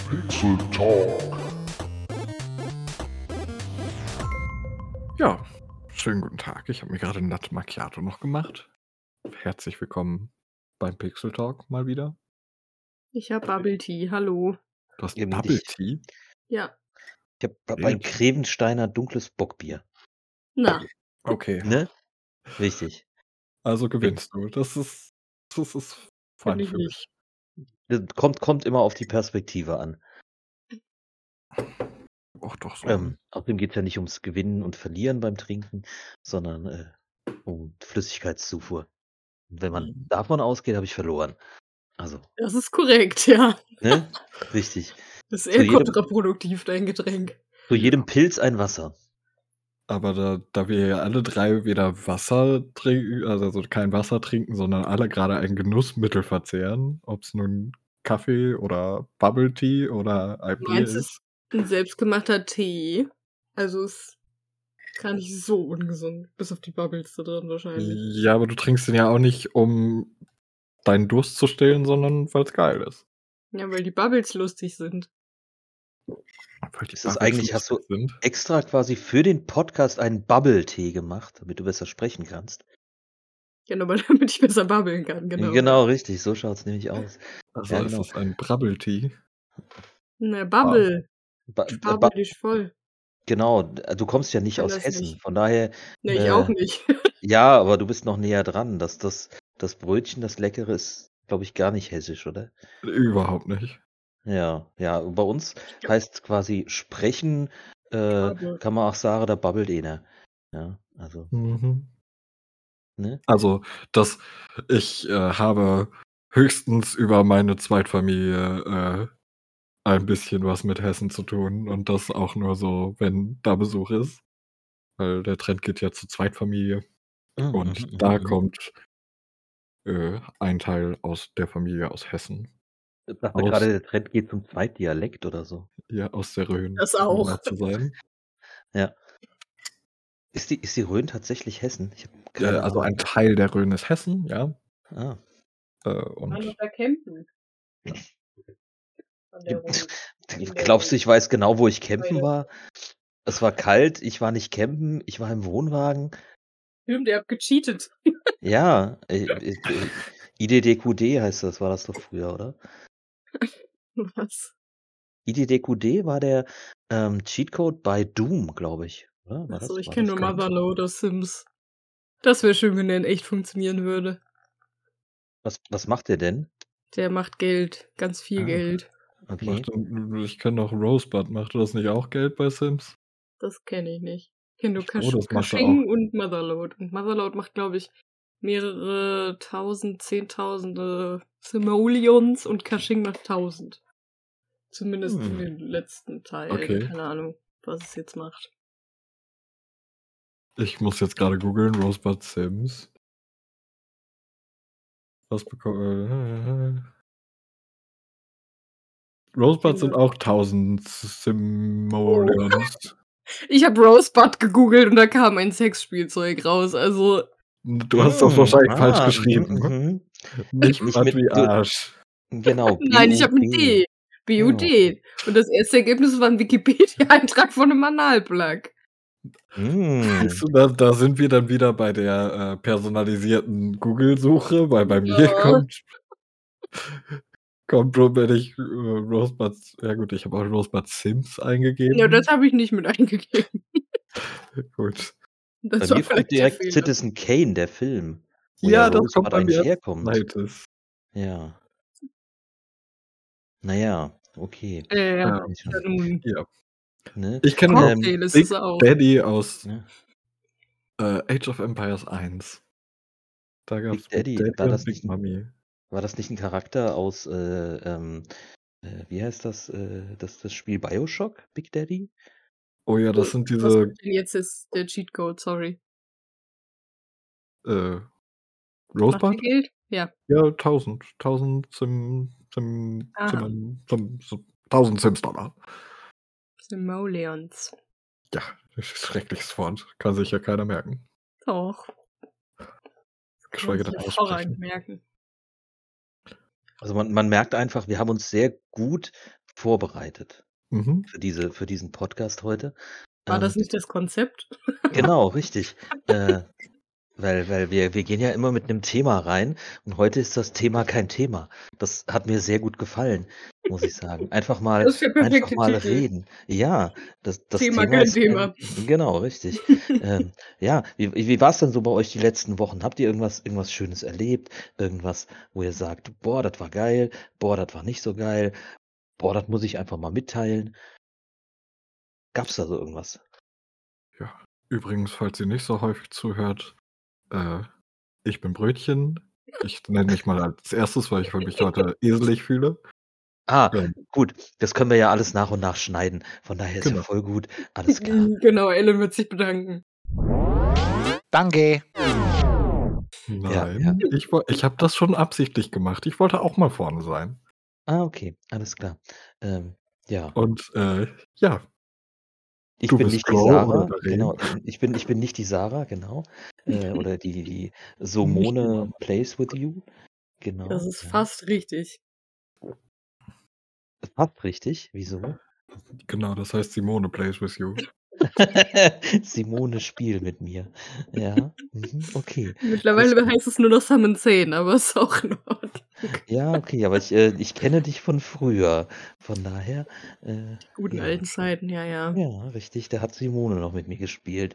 Pixel Talk. Ja, schönen guten Tag. Ich habe mir gerade 'n Latte Macchiato noch gemacht. Herzlich willkommen beim Pixel Talk mal wieder. Ich habe Bubble Tea, hallo. Du hast Eben Bubble nicht. Tea? Ja. Ich habe ein Wild. Grevensteiner dunkles Bockbier. Na, Okay, Ne? Richtig. also gewinnst du. Das ist finde fein ich für nicht. mich. Das kommt immer auf die Perspektive an. Doch so. Außerdem geht's ja nicht ums Gewinnen und Verlieren beim Trinken, sondern, um Flüssigkeitszufuhr. Und wenn man davon ausgeht, habe ich verloren. Also, Das ist korrekt, ja. ne? Richtig. Das ist Zu eher jedem kontraproduktiv, dein Getränk. zu jedem Pilz ein Wasser. Aber da wir ja alle 3 weder Wasser trinken, also kein Wasser trinken, sondern alle gerade ein Genussmittel verzehren, ob's nun Kaffee oder Bubble Tea oder ein Bier Meins ist ist. 'n selbstgemachter Tee. Also, ist gar nicht so ungesund, bis auf die Bubbles da drin wahrscheinlich. Ja, aber du trinkst den ja auch nicht, um deinen Durst zu stillen, sondern weil's geil ist. Ja, weil die Bubbles lustig sind. Weil die Ist das Bubbles eigentlich hast lustig du sind. extra quasi für den Podcast einen Bubble-Tee gemacht, damit du besser sprechen kannst? Ja, nur mal damit ich besser babbeln kann, genau, ja. Genau, richtig, so schaut's nämlich aus. Also Ja, ist genau. es ein Brabbel-Tee? Na, Wow. Babbel. Ba Babbel dich voll. Genau, du kommst ja nicht Kann aus das Hessen, nicht. von daher, Ne, ich auch nicht. ja, aber du bist noch näher dran. Das Brötchen, das Leckere ist, glaube ich, gar nicht hessisch, oder? Überhaupt nicht. Ja, ja, bei uns heißt quasi sprechen, Babbel. kann man auch sagen, da babbelt einer. Ja, also, Mhm. ne? Also, ich habe höchstens über meine Zweitfamilie, ein bisschen was mit Hessen zu tun und das auch nur so, wenn da Besuch ist, weil der Trend geht ja zur Zweitfamilie und da kommt, ein Teil aus der Familie aus Hessen. Ich dachte Aus grade, der Trend geht zum Zweitdialekt oder so. Ja, aus der Rhön, Das um auch. genau zu sein. Ja. Ist die Rhön tatsächlich Hessen? Ich habe keine Also ein Ahnung. Teil der Rhön ist Hessen, ja. Ah. Und da campen. An der Rhön. Glaubst du, ich weiß genau, wo ich campen war? Es war kalt, ich war nicht campen, ich war im Wohnwagen. Stimmt, ihr habt gecheatet. Ja, IDDQD heißt das, war das doch früher, oder? Was? IDDQD war der, Cheatcode bei Doom, glaube ich, oder? War Achso, das ich war kenne das? nur Motherload aus Sims. Das wäre schön, wenn der in echt funktionieren würde. Was macht der denn? Der macht Geld, ganz viel Ah, Geld. okay. Ich kenne noch Rosebud. Macht das nicht auch Geld bei Sims? Das kenne ich nicht. Ich kenne nur Das macht er auch. Kashing und Motherload. Und Motherload macht, glaube ich, mehrere tausend, Zehntausende Simoleons und Kashing macht 1000. Zumindest in den letzten Teilen. Okay. Keine Ahnung, was es jetzt macht. Ich muss jetzt gerade googeln, Rosebud Sims. Was bekommt Rosebud sind auch 1000 Simoleons. Ich habe Rosebud gegoogelt und da kam ein Sexspielzeug raus, also Du hast das wahrscheinlich falsch geschrieben. Nicht Nicht Bud mit wie Arsch. Genau, nein, ich habe 'n B-U-D. D. BUD. Und das erste Ergebnis war 'n Wikipedia-Eintrag von 'nem Analplug. Siehst du, da sind wir dann wieder bei der, personalisierten Google-Suche, weil bei mir Ja. kommt rum, wenn ich, Rosebuds ja gut, ich habe auch Rosebud Sims Ja, eingegeben. das habe ich nicht mit eingegeben. Gut. Bei Das war mir kommt vielleicht der direkt Fehler. Citizen Kane, der Film, wo Ja, ja das kommt Rosebud bei mir eigentlich als herkommt. Zweites. Ja. Na ja, okay. Ja Ja. nun. Ja. Ne? Ich kenne noch Cocktail ist Big es auch. Daddy aus, Ja. Age of Empires 1. Da gab's Big Daddy, Big Daddy und Big Mommy. war das nicht 'n Charakter aus, wie heißt das, das Spiel BioShock, Big Daddy? Oh ja, das sind Was diese, kommt denn jetzt ist der Cheatcode, sorry. äh, Macht der Rosebud? Geld? Ja. Ja, 1000 Aha. 1000 Sims-Dollar. Simoleons. Ja, das ist schreckliches Wort. Kann sich ja keiner merken. Doch. Geschweige denn hervorragend aussprechen. merken. Also, man merkt einfach, wir haben uns sehr gut vorbereitet Mhm. für diesen Podcast heute. War das Ähm, nicht das Konzept? genau, richtig. Weil wir gehen ja immer mit einem Thema rein und heute ist das Thema kein Thema. Das hat mir sehr gut gefallen, muss ich sagen. Einfach Das ist der perfekte mal Titel. reden. Ja, das Thema, Thema kein ist Thema. genau, richtig. Ja, wie war's denn so bei euch die letzten Wochen? Habt ihr irgendwas Schönes erlebt? Irgendwas, wo ihr sagt: „Boah, das war geil. Boah, das war nicht so geil. Boah, das muss ich einfach mal mitteilen." Gab's da so irgendwas? Ja. Übrigens, falls ihr nicht so häufig zuhört, äh, ich bin Brötchen. Ich nenne mich mal als Erstes, weil ich mich heute eselig fühle. Ah, Ähm, gut, das können wir ja alles nach und nach schneiden. Von daher ist ja genau. voll gut. Alles klar. Genau, Ellen wird sich bedanken. Danke. Ja. Nein, ich habe das schon absichtlich gemacht. Ich wollte auch mal vorne sein. Ah, okay, alles klar. Ja, Und, ja, ich du bin bist nicht die Crow oder Sarah, Darren. genau. Ich bin nicht die Sarah, genau. Oder die Nicht die Somone Mama. plays with you, Das genau, ist ja. fast richtig. Fast richtig. Wieso? Genau, das heißt Simone plays with you. Simone spielt mit mir. Ja, okay. Alles Mittlerweile gut. heißt es nur noch Summon 10, aber ist auch in Ordnung. Ja, okay, aber ich kenne dich von früher. Von daher, Guten ja. alten Zeiten, ja, ja. Ja, richtig, da hat Simone noch mit mir gespielt.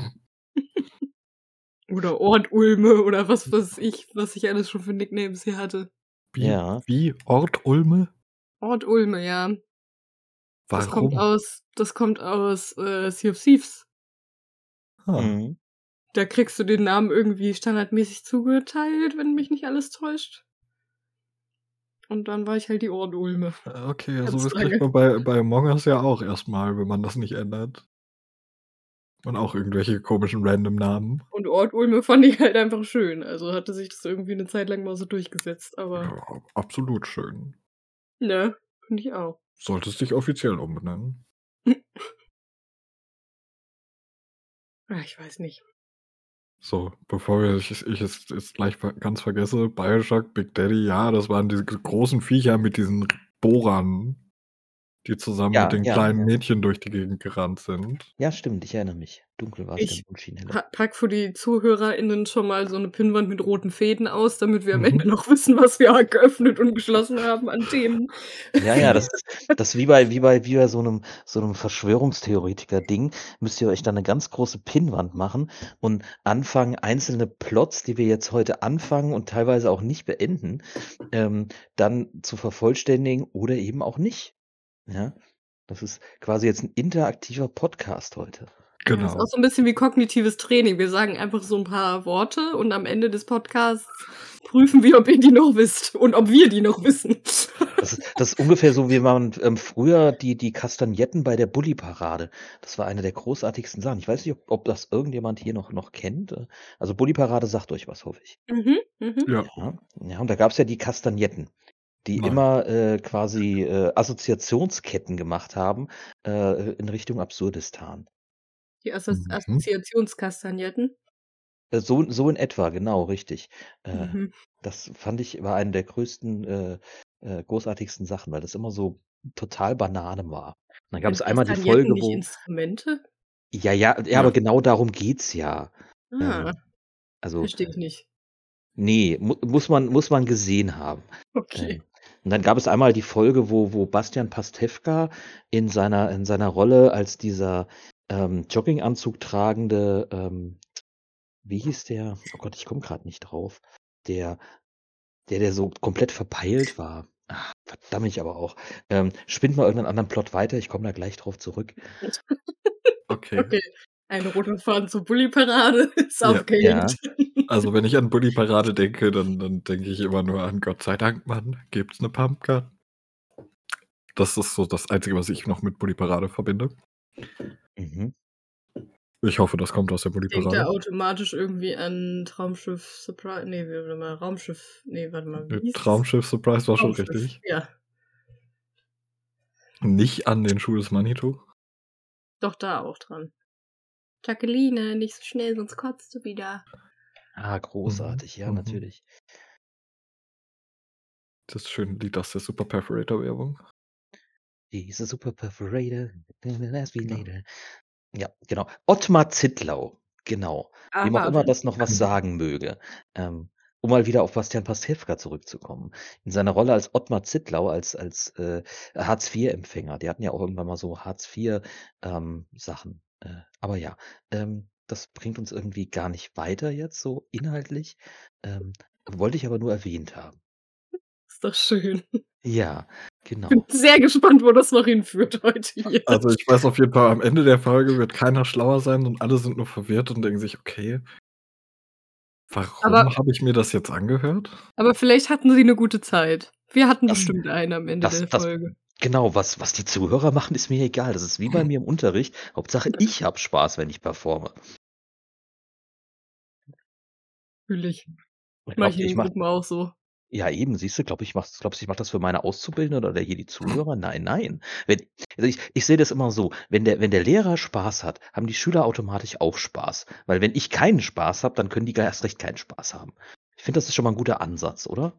Oder Ort Ulme oder was weiß ich, was ich alles schon für Nicknames hier hatte. Ja. Wie? Ort Ulme? Ort Ulme, ja. Das kommt Warum? aus Sea of Thieves. Ah, Mhm. Da kriegst du den Namen irgendwie standardmäßig zugeteilt, wenn mich nicht alles täuscht. Und dann war ich halt die Ort Ulme. okay, Ganz sowas lange. kriegt man bei Among Us ja auch erstmal, wenn man das nicht ändert. Und auch irgendwelche komischen random Namen. Und Ort Ulme fand ich halt einfach schön. Also hatte sich das irgendwie eine Zeit lang mal so durchgesetzt, aber Ja, absolut schön. ne, finde ich auch. Solltest dich offiziell umbenennen. Ich weiß nicht. So, bevor ich es jetzt gleich ganz vergesse, BioShock, Big Daddy, ja, das waren diese großen Viecher mit diesen Bohrern, die zusammen mit Ja, den ja, kleinen ja. Mädchen durch die Gegend gerannt sind. Ja, stimmt, ich erinnere mich. Dunkel war es dann, Ich und schien heller. pack für die ZuhörerInnen schon mal so eine Pinnwand mit roten Fäden aus, damit wir am Mhm. Ende noch wissen, was wir geöffnet und geschlossen haben an Themen. Ja, das ist wie bei so 'nem Verschwörungstheoretiker-Ding, müsst ihr euch dann 'ne ganz große Pinnwand machen und anfangen, einzelne Plots, die wir jetzt heute anfangen und teilweise auch nicht beenden, dann zu vervollständigen oder eben auch nicht. Ja? Das ist quasi jetzt 'n interaktiver Podcast heute. Ja, ist auch Genau. so 'n bisschen wie kognitives Training. Wir sagen einfach so 'n paar Worte und am Ende des Podcasts prüfen wir, ob ihr die noch wisst und ob wir die noch wissen. Das ist ungefähr so, wie man, früher die Kastagnetten bei der Bulli-Parade. Das war eine der großartigsten Sachen. Ich weiß nicht, ob das irgendjemand hier noch kennt. Also Bulli-Parade sagt euch was, hoffe ich. Mhm, mhm. Ja, Ja, ja, und da gab's ja die Kastagnetten, die nein. immer, quasi, Assoziationsketten gemacht haben, in Richtung Absurdistan. Die Mhm. Assoziationskastagnetten. So in etwa, genau, richtig. Äh, Mhm. Das fand ich war eine der größten, großartigsten Sachen, weil das immer so total Banane war. Und dann gab es Sind einmal die Kastagnetten Folge, nicht wo Instrumente? ja, Ja. aber genau darum geht's ja. Ah, Ähm, also, verstehe ich nicht. ne, muss man gesehen haben. Okay. Ähm, und dann gab es einmal die Folge, wo Bastian Pastewka in seiner Rolle als dieser, Jogginganzug tragende, wie hieß der? Oh Gott, ich komme grad nicht drauf. Der der so komplett verpeilt war. Verdammt mich aber auch. Spinnt mal irgendeinen anderen Plot weiter, ich komme da gleich drauf zurück. Okay. Okay. Ein roter Faden zur Bulli-Parade ist Ja. aufgehängt. Ja. Also, wenn ich an Bulli-Parade denke, dann denke ich immer nur an Gott sei Dank, Mann, gibt's 'ne Pumpgun. Das ist so das Einzige, was ich noch mit Bulli-Parade verbinde. Mhm. Ich hoffe, das kommt aus der Ich denke da Bulli-Parade. automatisch irgendwie an Traumschiff Surprise. Ne, warte mal, Raumschiff. Ne, warte mal, wie hieß das? Traumschiff Surprise war schon Raumschiff, richtig. ja. Nicht an den Schuh des Manitou? Doch, da auch dran. Jacqueline, nicht so schnell, sonst kotzt du wieder. Großartig, ja, Mhm. natürlich. Das schöne Lied aus der Super Perforator Werbung. Diese super Perforator, last me Genau. later. Ja, genau. Ottmar Zittlau, genau. Wem auch Aha, immer das noch was sagen möge. Um mal wieder auf Bastian Pastewka zurückzukommen. In seiner Rolle als Ottmar Zittlau, als Hartz-IV-Empfänger. Die hatten ja auch irgendwann mal so Hartz-IV, Sachen. Aber ja, das bringt uns irgendwie gar nicht weiter jetzt so inhaltlich. Wollte ich aber nur erwähnt haben. ist doch schön. Ja, Bin genau. sehr gespannt, wo das noch hinführt heute hier. Also ich weiß auf jeden Fall, am Ende der Folge wird keiner schlauer sein und alle sind nur verwirrt und denken sich, okay, Aber warum habe ich mir das jetzt angehört? aber vielleicht hatten sie 'ne gute Zeit. Wir hatten Das bestimmt eine am Ende das der das Folge. genau, was die Zuhörer machen, ist mir egal. Das ist wie bei mir im Unterricht. Hauptsache, ich habe Spaß, wenn ich performe. Fühle ich. Ich Mache ich glaube, in ich den mache Gruppen auch so. ja eben, siehst du, glaubst du, ich mache das für meine Auszubildenden oder hier die Zuhörer? Nein, nein. Wenn also, ich sehe das immer so, wenn der Lehrer Spaß hat, haben die Schüler automatisch auch Spaß. Weil wenn ich keinen Spaß habe, dann können die erst recht keinen Spaß haben. Ich finde, das ist schon mal 'n guter Ansatz, oder?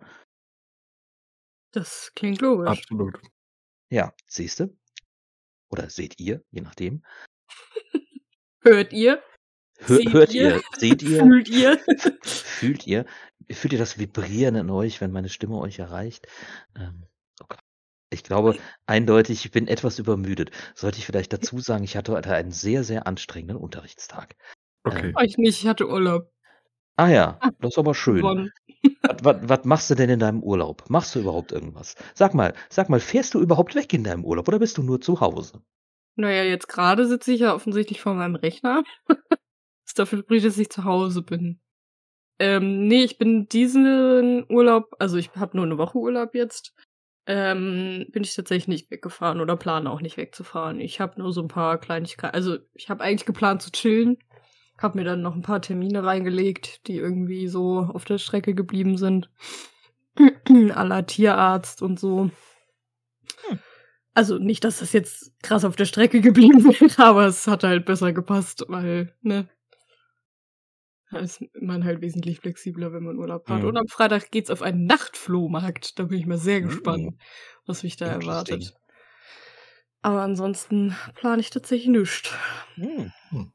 Das klingt logisch. Absolut. Ja, siehst du? Oder seht ihr, je nachdem. Hört ihr? Seht Hört ihr? ihr? Seht ihr? Fühlt ihr? Fühlt ihr? Fühlt ihr das Vibrieren in euch, wenn meine Stimme euch erreicht? Oh Gott. Ich glaube eindeutig, ich bin etwas übermüdet. Sollte ich vielleicht dazu sagen, ich hatte heute einen sehr, sehr anstrengenden Unterrichtstag. Okay. Ich nicht, ich hatte Urlaub. Ja, das ist aber schön. Gewonnen. Was machst du denn in deinem Urlaub? Machst du überhaupt irgendwas? Sag mal, fährst du überhaupt weg in deinem Urlaub oder bist du nur zu Hause? Na ja, jetzt grade sitze ich ja offensichtlich vor meinem Rechner. Was dafür spricht, dass ich zu Hause bin. Ne, ich bin diesen Urlaub also, ich habe nur 'ne Woche Urlaub jetzt, bin ich tatsächlich nicht weggefahren oder plane auch nicht wegzufahren. Ich habe nur so 'n paar Kleinigkeiten also, ich habe eigentlich geplant zu chillen, habe mir dann noch 'n paar Termine reingelegt, die irgendwie so auf der Strecke geblieben sind, à la Tierarzt und so. Hm. Also, nicht, dass das jetzt krass auf der Strecke geblieben wäre, aber es hat halt besser gepasst, weil, ne, da ist man halt wesentlich flexibler, wenn man Urlaub hat. Und Mhm. am Freitag geht's auf einen Nachtflohmarkt. Da bin ich mal sehr gespannt, Mhm. was mich da Interesting. erwartet. Aber ansonsten plane ich tatsächlich nischt. Mhm. Hm.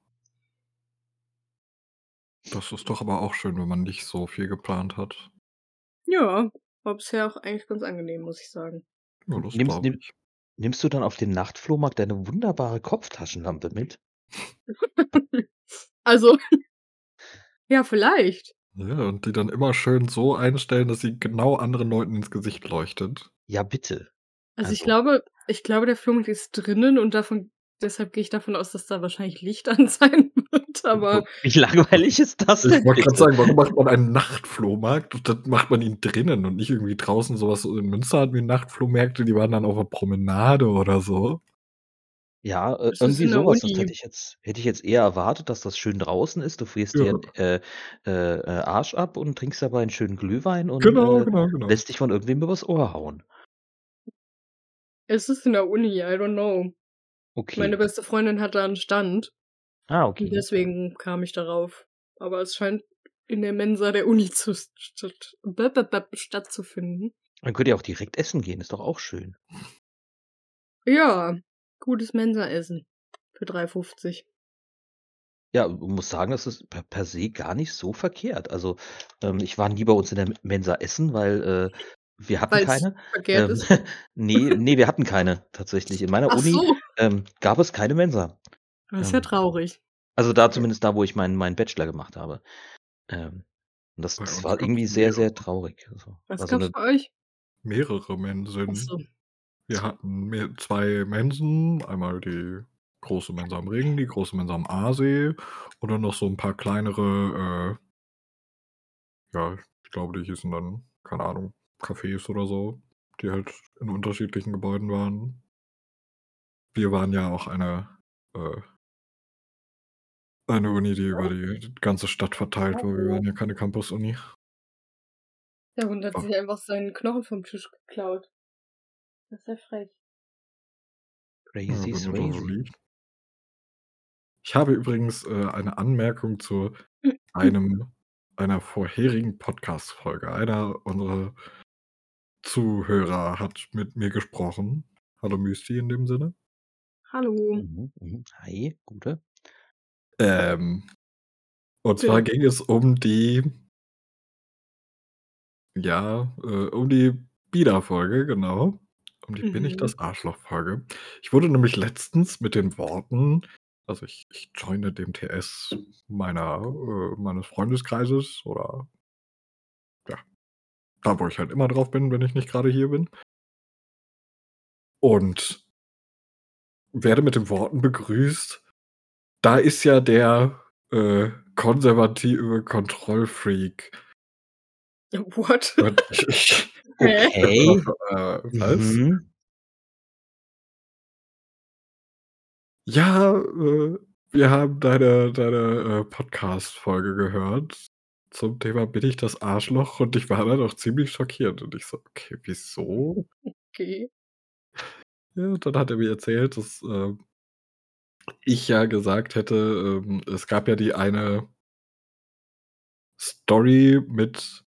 Das ist doch aber auch schön, wenn man nicht so viel geplant hat. Ja, war bisher auch eigentlich ganz angenehm, muss ich sagen. Ja, das Nimmst glaube nimm ich. nimmst du dann auf den Nachtflohmarkt deine wunderbare Kopftaschenlampe mit? Also, ja, vielleicht. Ja, und die dann immer schön so einstellen, dass sie genau anderen Leuten ins Gesicht leuchtet. Ja, bitte. Also, Also ich glaube, der Flohmarkt ist drinnen und deshalb gehe ich davon aus, dass da wahrscheinlich Licht an sein wird, aber wie langweilig ist das Ich denn wollte grad bitte? sagen, warum macht man einen Nachtflohmarkt? Und dann macht man ihn drinnen und nicht irgendwie draußen. So was in Münster hatten wir Nachtflohmärkte, die waren dann auf 'ner Promenade oder so. Ja, es ist irgendwie in der sowas. Das hätte Uni. ich jetzt eher erwartet, dass das schön draußen ist. Du frierst Ja, dir, Arsch ab und trinkst dabei 'n schönen Glühwein und, genau. lässt dich von irgendwem übers Ohr hauen. Es ist in der Uni, I don't know. Meine Okay. beste Freundin hat da 'n Stand und Okay. deswegen kam ich darauf. Aber es scheint in der Mensa der Uni zu stattzufinden. Dann könnt ihr auch direkt essen gehen, ist doch auch schön. Ja, gutes Mensaessen für 3,50 €. Ja, muss sagen, das ist per se gar nicht so verkehrt. Also, ich war nie bei uns in der Mensa essen, weil, wir hatten Weil's keine. verkehrt ist? Ne, wir hatten keine tatsächlich. In meiner Ach Uni, so, gab es keine Mensa. das ist ja Ähm, traurig. also da zumindest da, wo ich meinen Bachelor gemacht habe. Ähm, und das Bei das uns war gab's irgendwie sehr, mehrere sehr traurig. Also, Was war so gab's 'ne bei euch? Ach Mensen. so. Wir hatten 2 Mensen, einmal die große Mensa am Ring, die große Mensa am Aasee und dann noch so 'n paar kleinere, ja, ich glaube, die hießen dann, keine Ahnung, Cafés oder so, die halt in unterschiedlichen Gebäuden waren. Wir waren ja auch äh eine Uni, die über die ganze Stadt verteilt war. Wir waren ja keine Campus-Uni. Der Hund hat Ah, sich einfach seinen Knochen vom Tisch geklaut. Das ist ja frech. ja, crazy wenn er da so swayzy. liegt. Ich habe übrigens, eine Anmerkung zu einer vorherigen Podcast-Folge. Einer unserer Zuhörer hat mit mir gesprochen, Hallo Mysti in dem Sinne. Hallo. Hi, Gute. Und zwar Ja. ging es um die um die Bida-Folge, genau. Um die Bin ich das Arschloch-Folge. Ich wurde nämlich letztens mit den Worten also ich joine dem TS meines Freundeskreises oder ja, da wo ich halt immer drauf bin, wenn ich nicht gerade hier bin. Und werde mit den Worten begrüßt: „Da ist ja der, konservative Kontrollfreak.“ What? Und ich Hä? Okay. Was? Mhm. Ja, wir haben deine Podcast-Folge gehört zum Thema „Bin ich das Arschloch?“ Und ich war dann auch ziemlich schockiert und ich so: „Okay, wieso?“ Okay. Ja, und dann hat er mir erzählt, dass, ich ja gesagt hätte, es gab ja die eine Story mit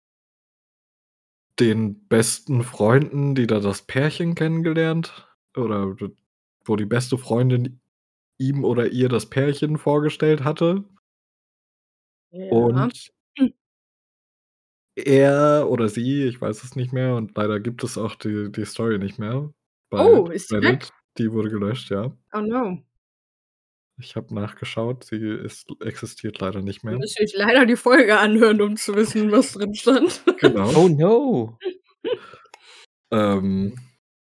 den besten Freunden, die da das Pärchen kennengelernt oder d wo die beste Freundin ihm oder ihr das Pärchen vorgestellt hatte. Ja. Und er oder sie, ich weiß es nicht mehr und leider gibt es auch die Story nicht mehr bei Oh, ist sie weg? Reddit. Die wurde gelöscht, ja. Oh no. Ich habe nachgeschaut, sie existiert leider nicht Dann mehr. müsst ihr euch leider die Folge anhören, um zu wissen, was drin stand. Genau. Oh no. Ähm,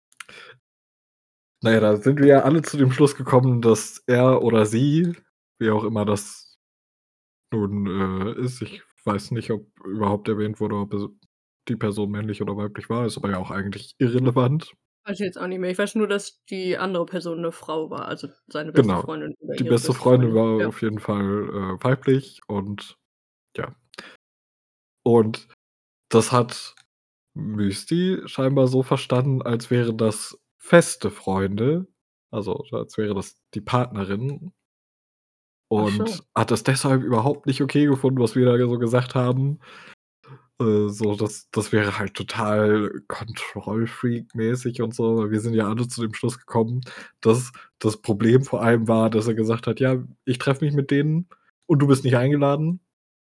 na ja, da sind wir ja alle zu dem Schluss gekommen, dass er oder sie, wie auch immer das nun, ist, ich weiß nicht, ob überhaupt erwähnt wurde, ob es die Person männlich oder weiblich war, ist aber ja auch eigentlich irrelevant. Weiß ich jetzt auch nicht mehr. Ich weiß nur, dass die andere Person 'ne Frau war, also seine beste Genau. Freundin oder Die ihre beste beste Freundin Freundin. war Ja. auf jeden Fall, weiblich und ja. Und das hat Mysti scheinbar so verstanden, als wären das feste Freunde, also als wäre das die Partnerin Ach so. und hat es deshalb überhaupt nicht okay gefunden, was wir da so gesagt haben. So, das wäre halt total Control-Freak-mäßig und so, weil wir sind ja alle zu dem Schluss gekommen, dass das Problem vor allem war, dass er gesagt hat: „Ja, ich treffe mich mit denen und du bist nicht eingeladen.“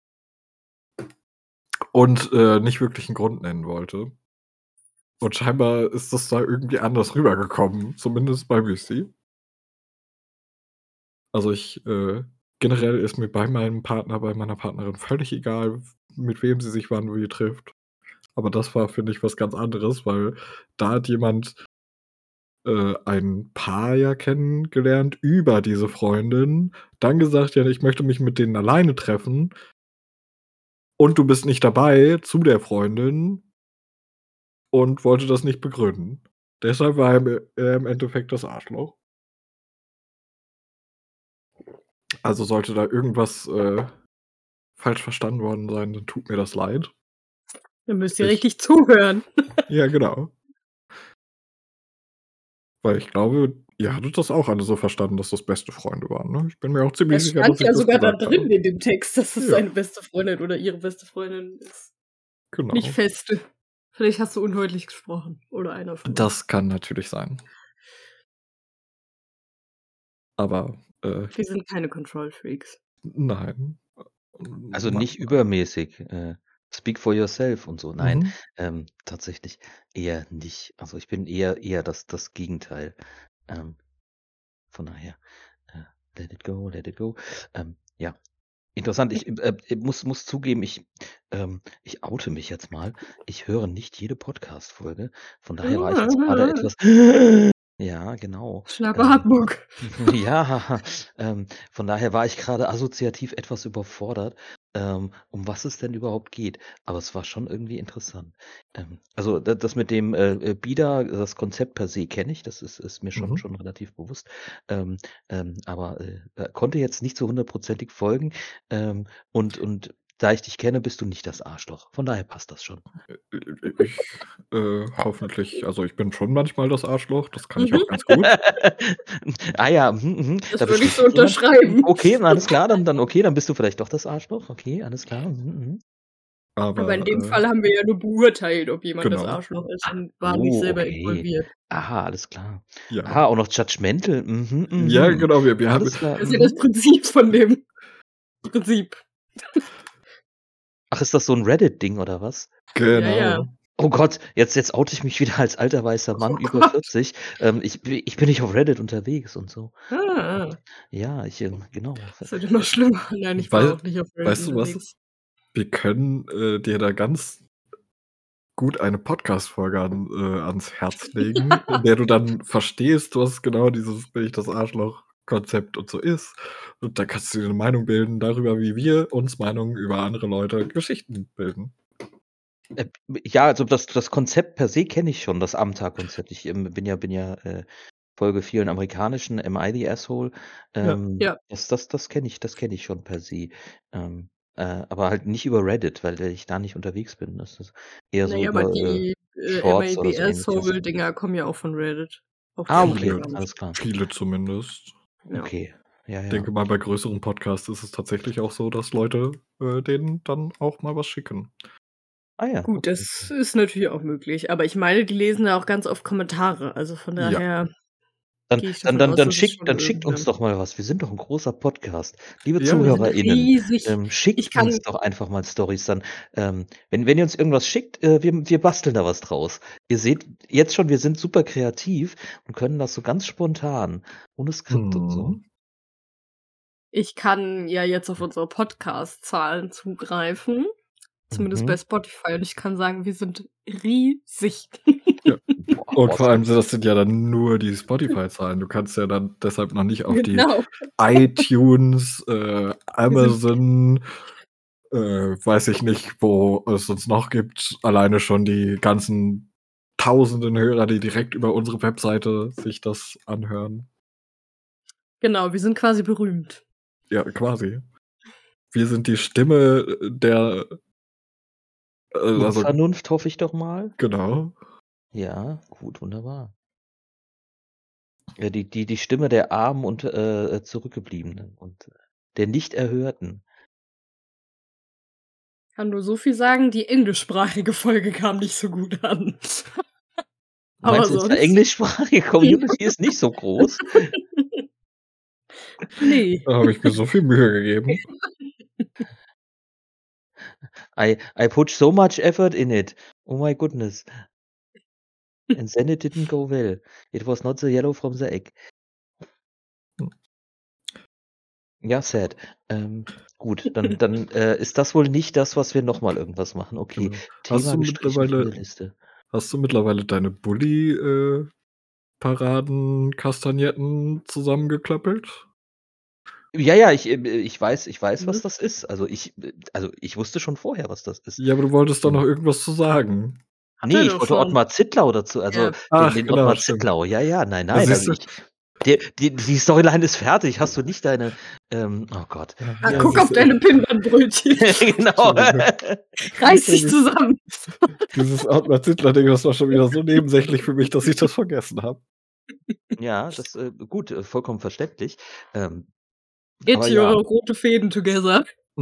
Und, nicht wirklich 'n Grund nennen wollte. Und scheinbar ist das da irgendwie anders rübergekommen, zumindest bei Müsli. Also, generell ist mir bei meinem Partner, bei meiner Partnerin völlig egal, mit wem sie sich wann wie trifft. Aber das war, finde ich, was ganz anderes, weil da hat jemand, ein Paar ja kennengelernt über diese Freundin, dann gesagt: „Ja, ich möchte mich mit denen alleine treffen“ und du bist nicht dabei zu der Freundin und wollte das nicht begründen. Deshalb war er im Endeffekt das Arschloch. Also, sollte da irgendwas, falsch verstanden worden sein, dann tut mir das leid. Dann müsst ihr Ich richtig zuhören. Ja, genau. Weil ich glaube, ihr hattet das auch alle so verstanden, dass das beste Freunde waren, ne? Ich bin mir auch ziemlich Es sicher, stand dass ich ja das sogar da gesagt habe. drin in dem Text, dass es Ja, seine beste Freundin oder ihre beste Freundin ist. Nicht genau. feste. Vielleicht hast du undeutlich gesprochen oder einer von uns. Das kann natürlich sein. Aber, Wir sind keine Control Freaks. nein. Also Ma nicht übermäßig. Speak for yourself und so. Nein, Mhm. tatsächlich eher nicht. Also ich bin eher das Gegenteil. Ähm, von daher, äh, let it go, let it go. Ja, interessant. Ich muss zugeben, ich oute mich jetzt mal. Ich höre nicht jede Podcast-Folge. Von daher war ich jetzt gerade etwas ja, genau. Schlabberhartmuck. Ja, von daher war ich gerade assoziativ etwas überfordert, um was es denn überhaupt geht. Aber es war schon irgendwie interessant. Also, das mit dem, Bida, das Konzept per se kenne ich, das ist mir schon Mhm. schon relativ bewusst. Ähm, aber, konnte jetzt nicht so hundertprozentig folgen. Und da ich dich kenne, bist du nicht das Arschloch. Von daher passt das schon. Ich, hoffentlich also, ich bin schon manchmal das Arschloch, das kann ich Mhm. auch ganz gut. Ah ja, da Das würde ich so bestätigt jemand. unterschreiben. Okay, alles klar, dann okay, dann bist du vielleicht doch das Arschloch. Okay, alles klar. Mhm. Aber in Aber dem Fall haben wir ja nur beurteilt, ob jemand das genau. Arschloch ist und waren nicht selber okay. involviert. Aha, alles klar. Ja. Aha, auch noch judgmental. Ja, genau. Wir haben. Alles klar. Das ist ja das Prinzip von dem Prinzip. Ach, ist das so ein Reddit-Ding oder was? Ja, Genau. ja. Oh Gott, jetzt oute ich mich wieder als alter weißer Mann Oh über Gott. 40. Ich bin nicht auf Reddit unterwegs und so. Ah, Ja, genau. das wird immer schlimmer. Nein, ich war auch nicht auf Reddit Weißt du was? unterwegs. Wir können dir da ganz gut eine Podcast-Folge ans Herz legen, in der du dann verstehst, was genau dieses Bin ich das Arschloch-Konzept und so ist. Und da kannst du dir eine Meinung bilden darüber, wie wir uns Meinungen über andere Leute Geschichten bilden. Ja, also das Konzept per se kenne ich schon, das AMTA-Konzept. Ich bin ja Folge 4 in amerikanischen Am I the Asshole? Ja. Das kenne ich schon per se. Aber halt nicht über Reddit, weil ich da nicht unterwegs bin. Das ist eher so Naja, aber über die Shorts oder so ähnliches. MABS-Hole-Dinger kommen ja auch von Reddit. Auch Ah, die okay, amerikanischen. alles klar. Viele zumindest. Ja. Okay, ja, Ich ja. denke mal, bei größeren Podcasts ist es tatsächlich auch so, dass Leute denen dann auch mal was schicken. Ah ja. Gut, okay. das ist natürlich auch möglich. Aber ich meine, die lesen ja auch ganz oft Kommentare. Also von Ja. daher Dann gehe ich davon aus, dann dass es schickt schon schickt uns irgendeine- doch mal was. Wir sind doch 'n großer Podcast. Liebe Ja. Wir sind ZuhörerInnen, riesig. Ich schickt kann uns doch einfach mal Storys dann. Wenn ihr uns irgendwas schickt, wir basteln da was draus. Ihr seht jetzt schon, wir sind super kreativ und können das so ganz spontan, ohne Skript und so. Mhm. Ich kann ja jetzt auf unsere Podcast-Zahlen zugreifen. Zumindest bei Mhm. Spotify. Und ich kann sagen, wir sind riesig. Ja. Boah, Und boah, vor allem das sind ja dann nur die Spotify-Zahlen. Du kannst ja dann deshalb noch nicht auf die Genau. iTunes, Amazon, weiß ich nicht, wo es uns noch gibt, alleine schon die ganzen tausenden Hörer, die direkt über unsere Webseite sich das anhören. Genau, wir sind quasi berühmt. Ja, quasi. Wir sind die Stimme der also Unvernunft, hoffe ich doch mal. genau. Ja, gut, wunderbar. Ja, die Stimme der Armen und, Zurückgebliebenen und der Nicht-Erhörten. Kann nur so viel sagen, die englischsprachige Folge kam nicht so gut an. Aber Meinst du, unsere sonst. englischsprachige Community ist nicht so groß? Nee. Da habe ich mir so viel Mühe gegeben. I put so much effort in it. Oh my goodness. And then it didn't go well. It was not the yellow from the egg. Ja, sad. Gut, dann ist das wohl nicht das, was wir noch mal irgendwas machen. Okay, Genau. Thema gestrichen von der Liste. Hast du mittlerweile deine Bulli Paraden Kastagnetten zusammengeklöppelt? Ja, ich weiß, was Mhm. das ist. Also ich wusste schon vorher, was das ist. Ja, aber du wolltest doch noch irgendwas zu sagen. Hat Ne, er ich doch wollte schon. Ottmar Zittlau dazu, also Ja. Ach, den genau, Ottmar stimmt. Zittlau. Ja, nein, Ja, siehst also du? die Storyline ist fertig. Hast du nicht deine oh Gott. Ah, Ja, guck auf siehst du, deine Pinwandbrötchen. Genau. Reiß dich zusammen. Dieses Ottmar Zittler-Ding, das war schon wieder so nebensächlich für mich, dass ich das vergessen habe. Ja, das gut, vollkommen verständlich. It Aber your ja. rote Fäden together.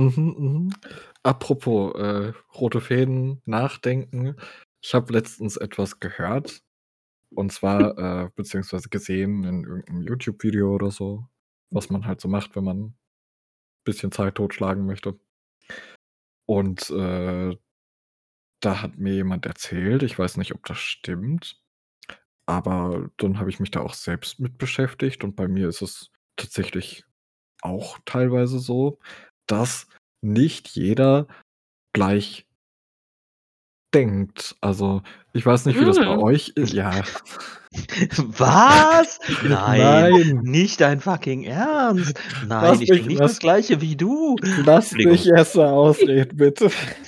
Apropos rote Fäden, nachdenken. Ich habe letztens etwas gehört. Und zwar, beziehungsweise gesehen in irgendeinem YouTube-Video oder so, was man halt so macht, wenn man ein bisschen Zeit totschlagen möchte. Und da hat mir jemand erzählt, ich weiß nicht, ob das stimmt, aber dann habe ich mich da auch selbst mit beschäftigt und bei mir ist es tatsächlich auch teilweise so, dass nicht jeder gleich denkt. Also, ich weiß nicht, wie das bei euch ist. Ja. Was? Nein, Nein. nicht dein fucking Ernst. Nein, Lass ich mich- bin nicht lass- das Gleiche wie du. Lass Entschuldigung. mich erst mal ausreden, bitte.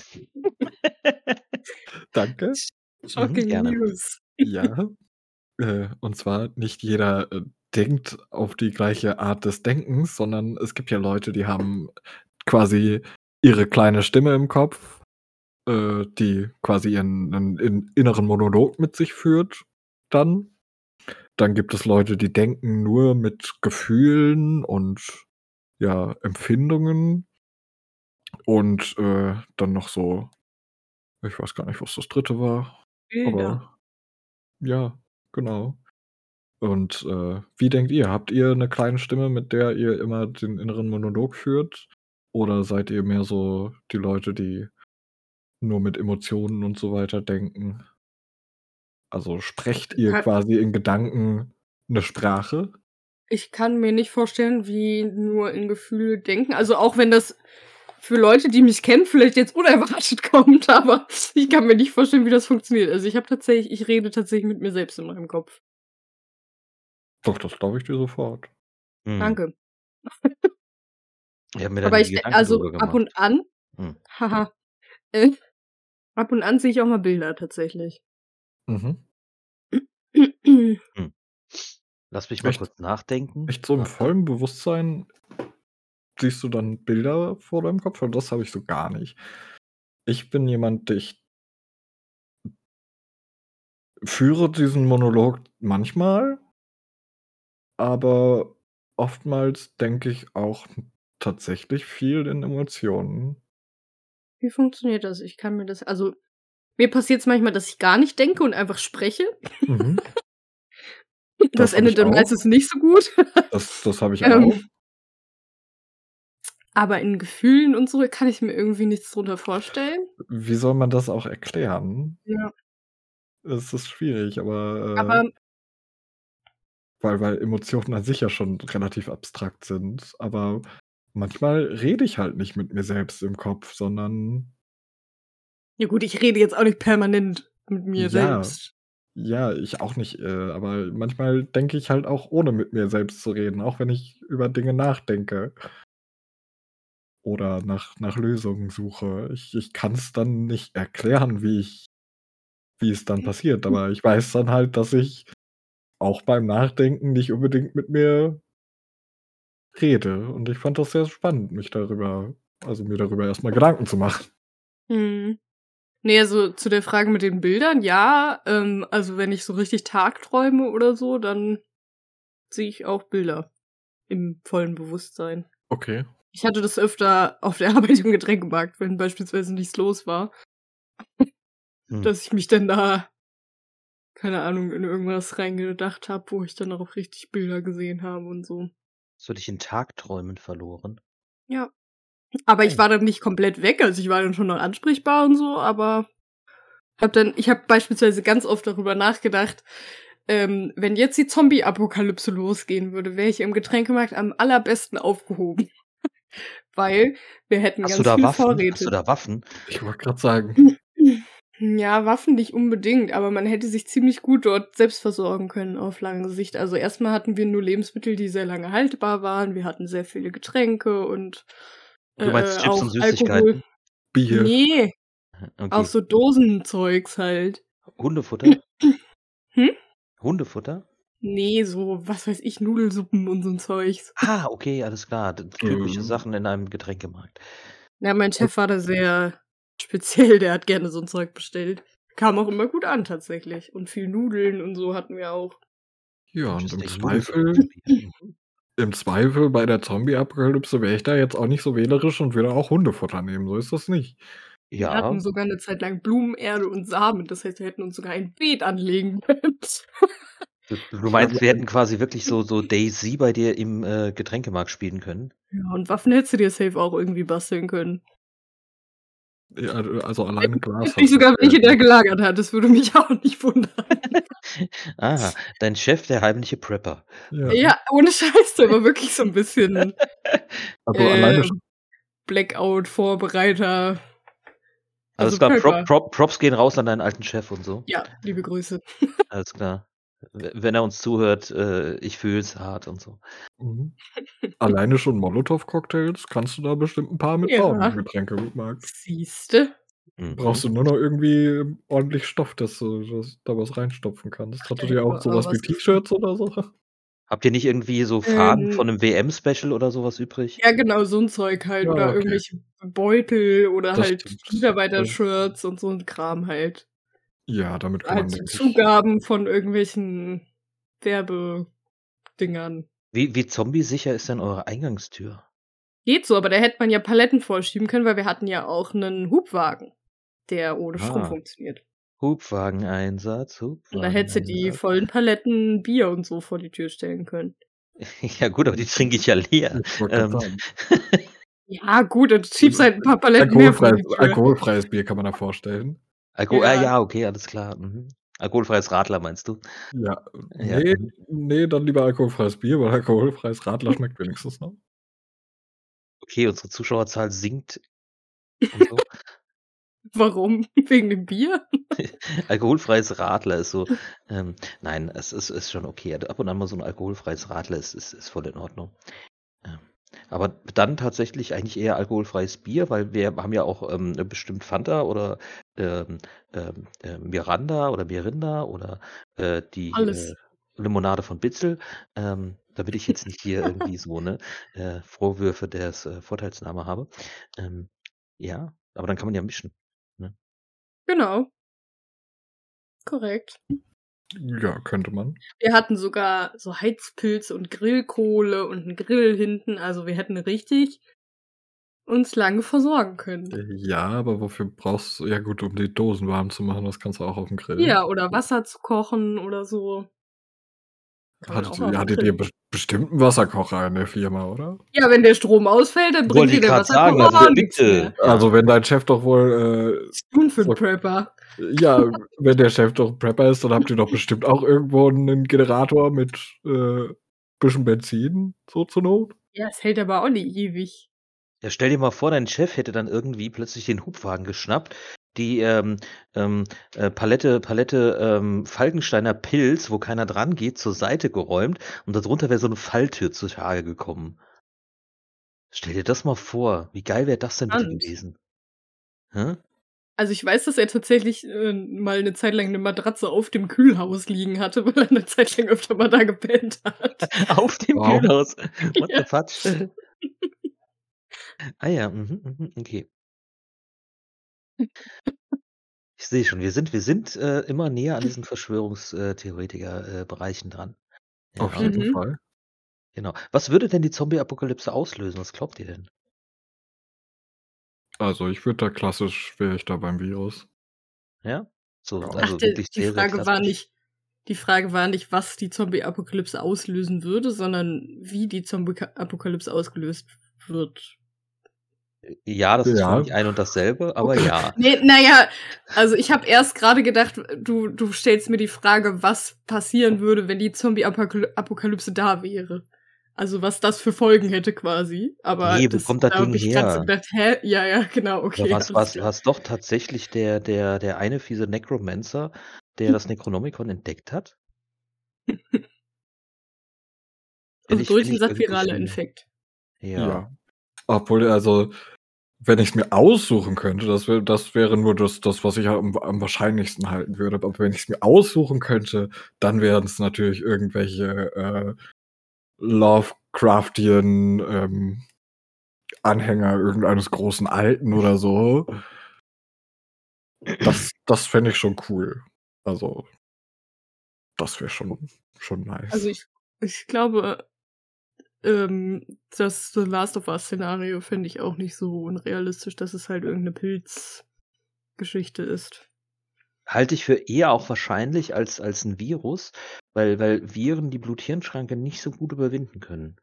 Danke. Shocking gerne. News. Ja. Und zwar nicht jeder denkt auf die gleiche Art des Denkens, sondern es gibt ja Leute, die haben quasi ihre kleine Stimme im Kopf, die quasi ihren inneren Monolog mit sich führt dann. Dann gibt es Leute, die denken nur mit Gefühlen und ja, Empfindungen. Und dann noch so Ich weiß gar nicht, was das dritte war. Bilder. Aber ja, genau. Und wie denkt ihr? Habt ihr eine kleine Stimme, mit der ihr immer den inneren Monolog führt? Oder seid ihr mehr so die Leute, die nur mit Emotionen und so weiter denken? Also sprecht ihr Kann, quasi in Gedanken eine Sprache? ich kann mir nicht vorstellen, wie nur in Gefühle denken. Also auch wenn das für Leute, die mich kennen, vielleicht jetzt unerwartet kommt, aber ich kann mir nicht vorstellen, wie das funktioniert. Also ich rede tatsächlich mit mir selbst in meinem Kopf. Doch, das glaube ich dir sofort. Hm. Danke. Ich habe mir da Aber nie ich, Gedanken also drüber ab gemacht. und an, Hm. haha, ab und an sehe ich auch mal Bilder tatsächlich. Mhm. Hm. Lass mich mal Echt? kurz nachdenken. Echt so im Warte. vollen Bewusstsein siehst du dann Bilder vor deinem Kopf? Und das habe ich so gar nicht. Ich bin jemand, ich führe diesen Monolog manchmal, aber oftmals denke ich auch tatsächlich viel in Emotionen. Wie funktioniert das? Ich kann mir das, also mir passiert es manchmal, dass ich gar nicht denke und einfach spreche. Mhm. Das habe endet ich dann auch. meistens nicht so gut. Das habe ich auch. Aber in Gefühlen und so kann ich mir irgendwie nichts drunter vorstellen. Wie soll man das auch erklären? Ja. Es ist schwierig, aber Aber weil Emotionen an sich ja schon relativ abstrakt sind. Aber manchmal rede ich halt nicht mit mir selbst im Kopf, sondern ja gut, ich rede jetzt auch nicht permanent mit mir ja, selbst. ja, ich auch nicht, aber manchmal denke ich halt auch, ohne mit mir selbst zu reden, auch wenn ich über Dinge nachdenke oder nach Lösungen suche. Ich kann es dann nicht erklären, wie es dann passiert, aber ich weiß dann halt, dass ich auch beim Nachdenken nicht unbedingt mit mir rede. Und ich fand das sehr spannend, mir darüber erst mal Gedanken zu machen. Mhm. Ne, also zu der Frage mit den Bildern, ja, also wenn ich so richtig Tagträume oder so, dann sehe ich auch Bilder im vollen Bewusstsein. Okay. Ich hatte das öfter auf der Arbeit im Getränkemarkt, wenn beispielsweise nichts los war, Hm. dass ich mich dann da, keine Ahnung, in irgendwas reingedacht habe, wo ich dann auch richtig Bilder gesehen habe und so. Hast du dich in Tagträumen verloren? Ja. Aber ich Oh. war dann nicht komplett weg, also ich war dann schon noch ansprechbar und so, aber ich habe beispielsweise ganz oft darüber nachgedacht, wenn jetzt die Zombie-Apokalypse losgehen würde, wäre ich im Getränkemarkt am allerbesten aufgehoben. Weil wir hätten Hast du ganz da viele Waffen? Hast Vorräte. du da Waffen? Ich wollte gerade sagen. Ja, Waffen nicht unbedingt, aber man hätte sich ziemlich gut dort selbst versorgen können auf lange Sicht. Also erstmal hatten wir nur Lebensmittel, die sehr lange haltbar waren. Wir hatten sehr viele Getränke und Du meinst Chips auch und Alkohol. Süßigkeiten? Bier. Nee, auch Okay. so Dosenzeugs halt. Hundefutter? Hm? Hundefutter? Nee, so, was weiß ich, Nudelsuppen und so ein Zeugs. Ah, okay, alles klar. Typische Sachen in einem Getränkemarkt. Ja, mein Chef war da sehr speziell, der hat gerne so ein Zeug bestellt. Kam auch immer gut an tatsächlich. Und viel Nudeln und so hatten wir auch. Ja, und Interesting. Nudelsuppe-Spiel. im Zweifel bei der Zombie-Apokalypse wäre ich da jetzt auch nicht so wählerisch und würde auch Hundefutter nehmen. So ist das nicht. Wir hatten Ja, sogar eine Zeit lang Blumen, Erde und Samen. Das heißt, wir hätten uns sogar ein Beet anlegen können. du meinst, wir hätten quasi wirklich so DayZ bei dir im Getränkemarkt spielen können? Ja, und Waffen hättest du dir safe auch irgendwie basteln können. Ja, also alleine Glas Wenn nicht sogar hast du welche ja. der gelagert hat, das würde mich auch nicht wundern. Ah, dein Chef, der heimliche Prepper. Ja. Ja, ohne Scheiß, der war wirklich so ein bisschen Also alleine schon. Blackout-Vorbereiter. Alles Also klar, Prepper. Props gehen raus an deinen alten Chef und so. Ja, liebe Grüße. Alles klar. Wenn er uns zuhört, ich fühl's hart und so. Mhm. Alleine schon Molotow-Cocktails kannst du da bestimmt ein paar mitbauen Ja. im Getränkemarkt. Siehste? Brauchst du nur noch irgendwie ordentlich Stoff, dass du da was reinstopfen kannst. Hattet ihr auch sowas wie T-Shirts oder so? Habt ihr nicht irgendwie so Fahnen von 'nem WM-Special oder so was übrig? Ja, genau, so 'n Zeug halt. Ja, Oder okay. irgendwelche Beutel oder Das halt stimmt. Mitarbeiter-Shirts und so 'n Kram halt. Ja, damit kann man, Halt so denke ich. Zugaben von irgendwelchen Werbedingern. Wie zombiesicher ist denn eure Eingangstür? Geht so, aber da hätte man ja Paletten vorschieben können, weil wir hatten ja auch 'nen Hubwagen. der ohne Strom Ah. funktioniert. Hubwageneinsatz, Und da hättest du die Hubwageneinsatz. vollen Paletten Bier und so vor die Tür stellen können. Ja gut, aber die trinke ich ja leer. Ich wollte gerade sagen. Ja, gut, dann schiebst halt ein paar Paletten mehr vor die Tür. Alkoholfreies Bier kann man da vorstellen. Ja. Ja, okay, alles klar. Alkoholfreies Radler meinst du? Ja, Ja, nee, dann lieber alkoholfreies Bier, weil alkoholfreies Radler schmeckt wenigstens noch. Okay, unsere Zuschauerzahl sinkt und so. Warum? Wegen dem Bier? Alkoholfreies Radler ist so, nein, es ist schon okay. Ab und an mal so ein alkoholfreies Radler ist voll in Ordnung. Aber dann tatsächlich eigentlich eher alkoholfreies Bier, weil wir haben ja auch bestimmt Fanta oder Miranda oder Mirinda oder die Alles. Limonade von Bitzel. Da will ich jetzt nicht hier irgendwie so Vorwürfe des Vorteilsnahme habe. Ja, aber dann kann man ja mischen. Genau. Korrekt. Ja, könnte man. Wir hatten sogar so Heizpilze und Grillkohle und einen Grill hinten. Also wir hätten richtig uns lange versorgen können. Ja, aber wofür brauchst du, ja gut, um die Dosen warm zu machen, das kannst du auch auf dem Grill. Ja, oder Wasser zu kochen oder so. Kann man auch auf dem Hattet Grill. ihr bestimmt einen Wasserkocher in der Firma, oder? Ja, wenn der Strom ausfällt, dann bringt Wollte dir ich der grad sagen, Wasserkocher also auch nichts bitte. mehr. Ja. Also wenn dein Chef doch wohl Tun für so- einen Prepper. ja, wenn der Chef doch Prepper ist, dann habt ihr doch bestimmt auch irgendwo einen Generator mit bisschen Benzin, so zur Not. Ja, es hält aber auch nicht ewig. Ja, stell dir mal vor, dein Chef hätte dann irgendwie plötzlich den Hubwagen geschnappt, die Palette Falkensteiner Pilz, wo keiner dran geht, zur Seite geräumt und darunter wäre so eine Falltür zutage gekommen. Stell dir das mal vor. Wie geil wäre das denn bitte Spannend. gewesen? Hä? Also ich weiß, dass er tatsächlich mal eine Zeit lang eine Matratze auf dem Kühlhaus liegen hatte, weil er eine Zeit lang öfter mal da gepennt hat. Auf dem Wow. Kühlhaus. What Ja. the fuck? Ah ja, okay. Ich sehe schon, wir sind immer näher an diesen Verschwörungstheoretiker-Bereichen dran. Auf Ja, jeden Mhm. Fall. genau. Was würde denn die Zombie-Apokalypse auslösen? Was glaubt ihr denn? Also ich würde da klassisch, wäre ich da beim Virus. Ja? So, Ja. also Ach, wirklich die sehr, sehr Frage war klassisch. nicht, was die Zombie-Apokalypse auslösen würde, sondern wie die Zombie-Apokalypse ausgelöst wird. Ja, das ist für Ja. mich ein und dasselbe, aber ja. Nee, naja, also ich habe erst gerade gedacht, du stellst mir die Frage, was passieren würde, wenn die Zombie-Apokalypse da wäre. Also was das für Folgen hätte quasi. Aber Nee, wo kommt das da Ding habe ich gerade so her? gedacht, hä? Ja, genau, okay. Aber alles klar. war's doch tatsächlich der eine fiese Necromancer, der das Necronomicon entdeckt hat? Also Fänd Brötchen ich sagt irgendwie viraler schon. Infekt. Ja. Obwohl, also, wenn ich es mir aussuchen könnte, das wäre nur das, was ich am wahrscheinlichsten halten würde. Aber wenn ich es mir aussuchen könnte, dann wären es natürlich irgendwelche Lovecraftian Anhänger irgendeines großen Alten oder so. Das fände ich schon cool. Also, das wäre schon nice. Also ich glaube, das The Last of Us-Szenario finde ich auch nicht so unrealistisch, dass es halt irgendeine Pilzgeschichte ist. Halte ich für eher auch wahrscheinlich als ein Virus, weil Viren die Blut-Hirn-Schranke nicht so gut überwinden können.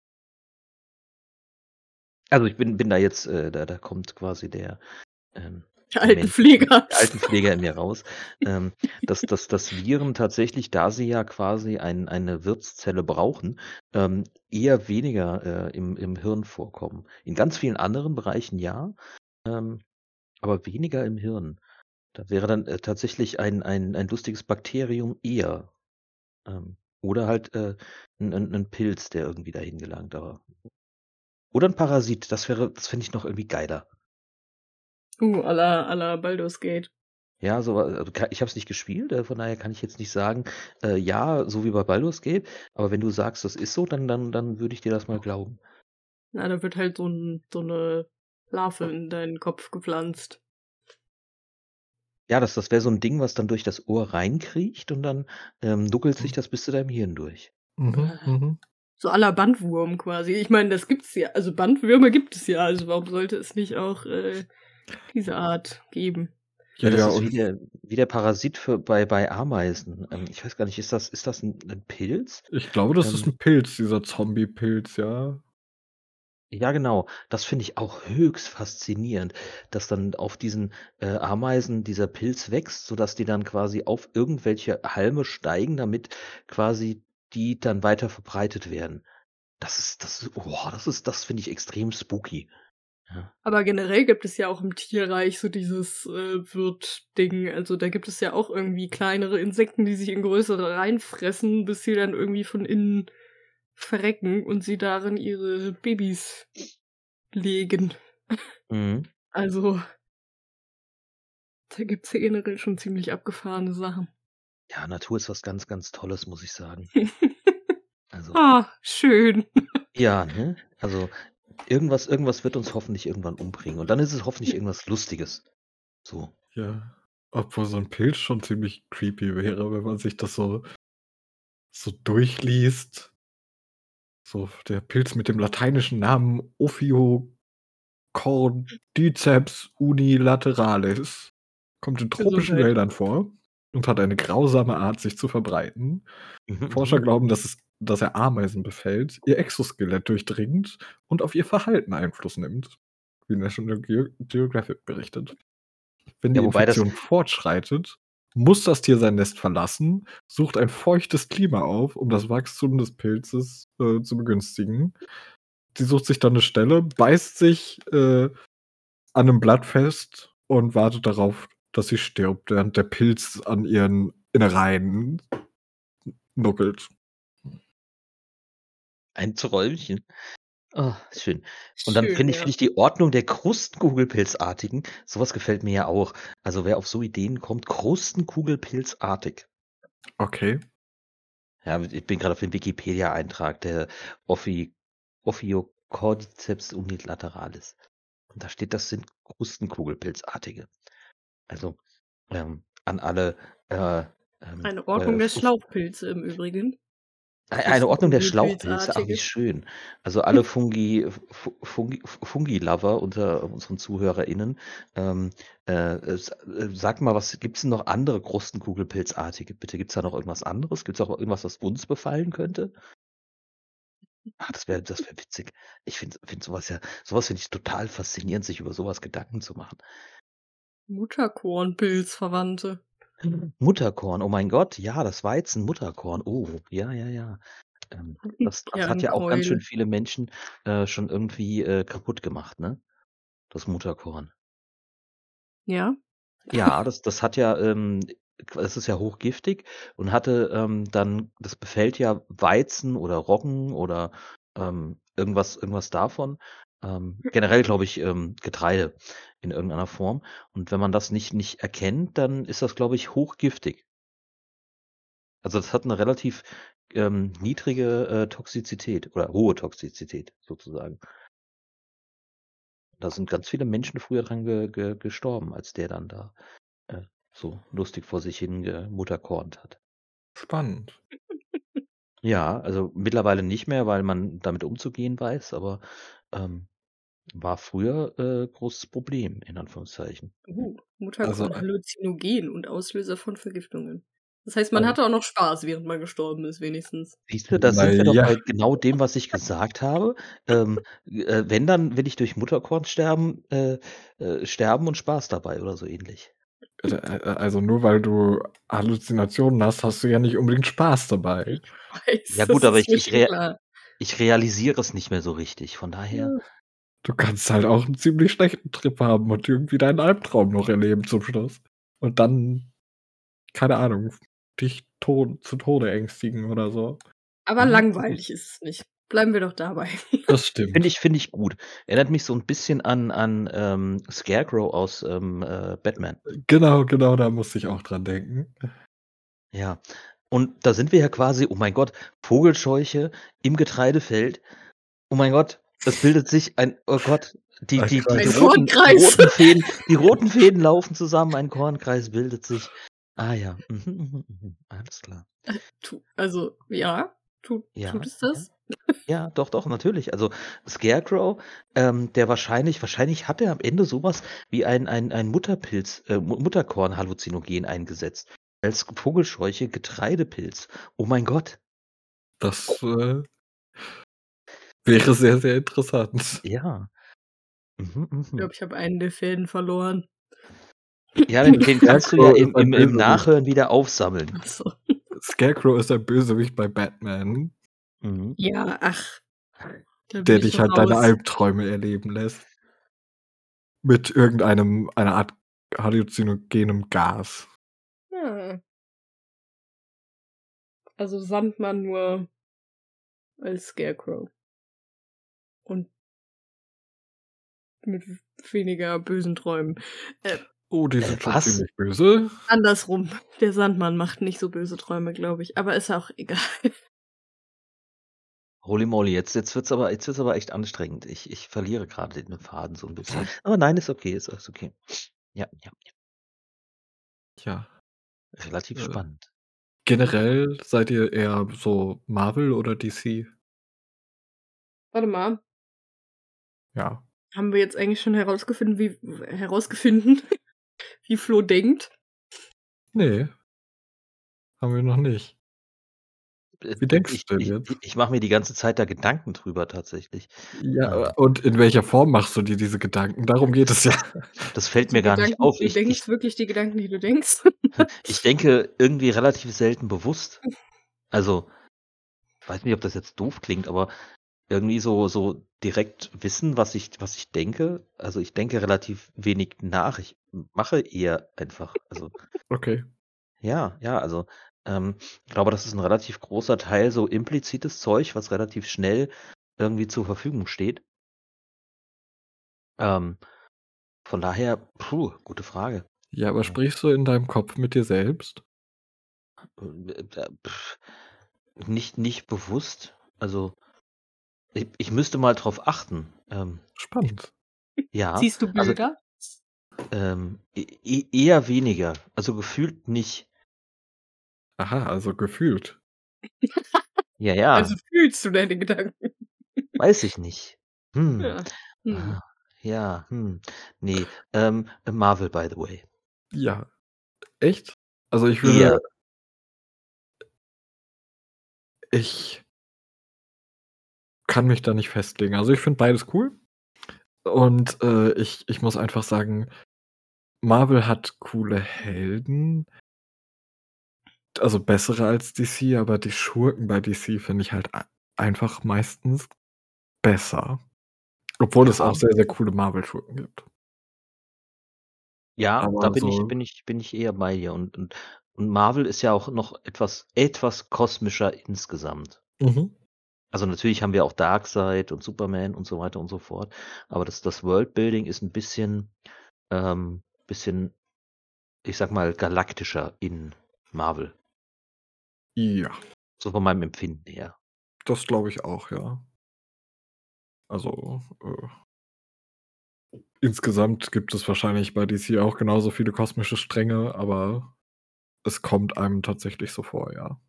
Also ich bin da jetzt, da kommt quasi der Altenpfleger. Der Altenpfleger in mir raus, dass Viren tatsächlich, da sie ja quasi eine Wirtszelle brauchen, eher weniger im Hirn vorkommen. In ganz vielen anderen Bereichen ja, aber weniger im Hirn. Da wäre dann tatsächlich ein lustiges Bakterium eher. Oder halt ein Pilz, der irgendwie dahin gelangt. Oder ein Parasit, das fände ich noch irgendwie geiler. À la Baldur's Gate. Ja, so, also ich habe es nicht gespielt, von daher kann ich jetzt nicht sagen, ja, so wie bei Baldur's Gate, aber wenn du sagst, das ist so, dann würde ich dir das mal glauben. Na, da wird halt so eine Larve in deinen Kopf gepflanzt. Ja, das wäre so ein Ding, was dann durch das Ohr reinkriecht und dann duckelt sich das bis zu deinem Hirn durch. So à la Bandwurm quasi. Ich meine, das gibt's ja. Also Bandwürmer gibt es ja. Also warum sollte es nicht auch diese Art geben? Ja, das ja, ist und wie der Parasit bei Ameisen. Ich weiß gar nicht, ist das 'n Pilz? ich glaube, das ist Ähm, 'n Pilz, dieser Zombie-Pilz, ja. ja genau, das finde ich auch höchst faszinierend, dass dann auf diesen, Ameisen dieser Pilz wächst, sodass die dann quasi auf irgendwelche Halme steigen, damit quasi die dann weiter verbreitet werden. Das finde ich extrem spooky. Ja. Aber generell gibt es ja auch im Tierreich so dieses Wirtding. Also da gibt es ja auch irgendwie kleinere Insekten, die sich in größere reinfressen, bis sie dann irgendwie von innen verrecken und sie darin ihre Babys legen. Mhm. Also da gibt's ja generell schon ziemlich abgefahrene Sachen. Ja, Natur ist was ganz, ganz Tolles, muss ich sagen. Also, Ah, schön. ja, ne? Also, irgendwas wird uns hoffentlich irgendwann umbringen und dann ist es hoffentlich irgendwas Lustiges. So. Ja. Obwohl so 'n Pilz schon ziemlich creepy wäre, wenn man sich das so durchliest. So der Pilz mit dem lateinischen Namen Ophiocordyceps unilateralis kommt in tropischen Gesundheit. Wäldern vor und hat eine grausame Art, sich zu verbreiten. Mhm, Forscher mhm. glauben, dass er Ameisen befällt, ihr Exoskelett durchdringt und auf ihr Verhalten Einfluss nimmt, wie National Geographic berichtet. Wenn die Ja, wobei das Infektion fortschreitet, muss das Tier sein Nest verlassen, sucht ein feuchtes Klima auf, um das Wachstum des Pilzes, zu begünstigen. Sie sucht sich dann 'ne Stelle, beißt sich, an 'nem Blatt fest und wartet darauf, dass sie stirbt, während der Pilz an ihren Innereien nuckelt. ein Träumchen. Oh, schön. Und dann Schön, finde ja. ich die Ordnung der Krustenkugelpilzartigen, so was gefällt mir ja auch. Also, wer auf so Ideen kommt, Krustenkugelpilzartig. Okay. Ja, ich bin grade auf dem Wikipedia-Eintrag, der Ophiocordyceps unilateralis. Und da steht, das sind Krustenkugelpilzartige. Also, an alle, äh, Eine Ordnung der F F Schlauchpilze im Übrigen. eine Ordnung der Schlauchpilze, ach, wie Krustenkugelpilzartige. schön. Also, alle Fungi-Lover unter unseren ZuhörerInnen, sagt mal, was gibt's denn noch andere Krustenkugelpilzartige? Bitte, gibt's da noch irgendwas anderes? Gibt's auch irgendwas, was uns befallen könnte? Ah, das wäre witzig. Ich finde sowas finde ich total faszinierend, sich über sowas Gedanken zu machen. Mutterkornpilzverwandte. Mutterkorn, oh mein Gott, ja, das Weizen-Mutterkorn. Oh, ja, ja, ja. Das hat ja auch ganz schön Kernkeule. viele Menschen, schon irgendwie, kaputt gemacht, ne? Das Mutterkorn. Ja? Ja, das hat ja, es ist ja hochgiftig und hatte, dann das befällt ja Weizen oder Roggen oder, irgendwas davon. Generell glaube ich, Getreide in irgendeiner Form. Und wenn man das nicht erkennt, dann ist das, glaube ich, hochgiftig. Also, das hat 'ne relativ, niedrige, Toxizität oder hohe Toxizität sozusagen. Da sind ganz viele Menschen früher dran gestorben, als der dann da, äh, so lustig vor sich hin gemutterkornt hat. Spannend. Ja, also mittlerweile nicht mehr, weil man damit umzugehen weiß, aber, ähm, war früher, großes Problem in Anführungszeichen. Also, Mutterkorn halluzinogen und Auslöser von Vergiftungen. Das heißt, man Also, hatte auch noch Spaß, während man gestorben ist, wenigstens. siehst du, da na sind wir doch ja, bei genau dem, was ich gesagt habe. Wenn, dann will ich durch Mutterkorn sterben und Spaß dabei oder so ähnlich. also nur weil du Halluzinationen hast du ja nicht unbedingt Spaß dabei. Ich weiß, Ja gut, das aber ist mir schon klar. ich realisiere es nicht mehr so richtig. Von daher, Ja. Du kannst halt auch 'n ziemlich schlechten Trip haben und irgendwie deinen Albtraum noch erleben zum Schluss. Und dann, keine Ahnung, dich zu Tode ängstigen oder so. Aber mhm, langweilig ist es nicht. Bleiben wir doch dabei. Das stimmt. finde ich gut. Erinnert mich so 'n bisschen an, Scarecrow aus, Batman. Genau, da musste ich auch dran denken. Ja. Und da sind wir ja quasi, oh mein Gott, Vogelscheuche im Getreidefeld. Oh mein Gott, es bildet sich ein, oh Gott, die Ein die die die Ein Kreis. roten die Kornkreis. roten Fäden die roten Fäden laufen zusammen, ein Kornkreis bildet sich. Ah ja, alles klar. Also, ja, tut Ja, es das? ja. Ja, doch, doch, natürlich. Also Scarecrow, der wahrscheinlich hat er am Ende sowas wie ein Mutterpilz, Mutterkorn-Halluzinogen eingesetzt. Als Vogelscheuche Getreidepilz. Oh mein Gott. Das wäre sehr, sehr interessant. Ja. Mhm, Ich mhm. glaube, ich habe einen der Fäden verloren. Ja, den kannst du ja Scarecrow ist ein im Bösewicht. Nachhören wieder aufsammeln. Ach so. Scarecrow ist ein Bösewicht bei Batman, Mhm. Ja, ach. Da bin der ich dich schon halt deine raus. Albträume erleben lässt. Mit einer Art halluzinogenem Gas. Ja. Also Sandmann nur als Scarecrow. Und mit weniger bösen Träumen. Oh, die sind schon Was? ziemlich böse. Andersrum. Der Sandmann macht nicht so böse Träume, glaube ich. Aber ist auch egal. Holy moly, jetzt wird's aber echt anstrengend. Ich verliere gerade den Faden so ein bisschen. Aber nein, ist okay, ist alles okay. Ja, ja, Ja. relativ Äh. spannend. Generell seid ihr eher so Marvel oder DC? Warte mal. Ja. Haben wir jetzt eigentlich schon herausgefunden, wie Flo denkt? Nee. Haben wir noch nicht. Wie denkst Ich du denn jetzt? ich mache mir die ganze Zeit da Gedanken drüber tatsächlich. Ja, und in welcher Form machst du dir diese Gedanken? Darum geht es ja. Das fällt Die mir gar nicht Gedanken, auf. du denkst wirklich die Gedanken, die du denkst? Ich denke irgendwie relativ selten bewusst. Also, weiß nicht, ob das jetzt doof klingt, aber irgendwie so direkt wissen, was ich denke. Also, ich denke relativ wenig nach. Ich mache eher einfach. Also, Okay. ja, also, ich glaube, das ist ein relativ großer Teil so implizites Zeug, was relativ schnell irgendwie zur Verfügung steht. Ähm, von daher, gute Frage. Ja, aber Ja. sprichst du in deinem Kopf mit dir selbst? Pff, nicht bewusst. Also, ich müsste mal drauf achten. Spannend. Ja, Siehst du also, Bilder? eher weniger. Also, gefühlt nicht. Aha, also gefühlt. Ja, Also fühlst du deine Gedanken? weiß ich nicht. Ja. Ah, ja, ne, Marvel, by the way. Ja. Echt? Also, Eher. ich kann mich da nicht festlegen. Also, ich finde beides cool und, ich muss einfach sagen, Marvel hat coole Helden, also bessere als DC, aber die Schurken bei DC finde ich halt einfach meistens besser, obwohl es Ja. auch sehr, sehr coole Marvel-Schurken gibt. Ja, da Aber so bin ich eher bei dir und Marvel ist ja auch noch etwas kosmischer insgesamt. mhm. Also, natürlich haben wir auch Darkseid und Superman und so weiter und so fort, aber das Worldbuilding ist 'n bisschen, ich sage mal, galaktischer in Marvel, Ja, so von meinem Empfinden her. das glaube ich auch, ja. Also, insgesamt gibt es wahrscheinlich bei DC auch genauso viele kosmische Stränge, aber es kommt einem tatsächlich so vor, ja.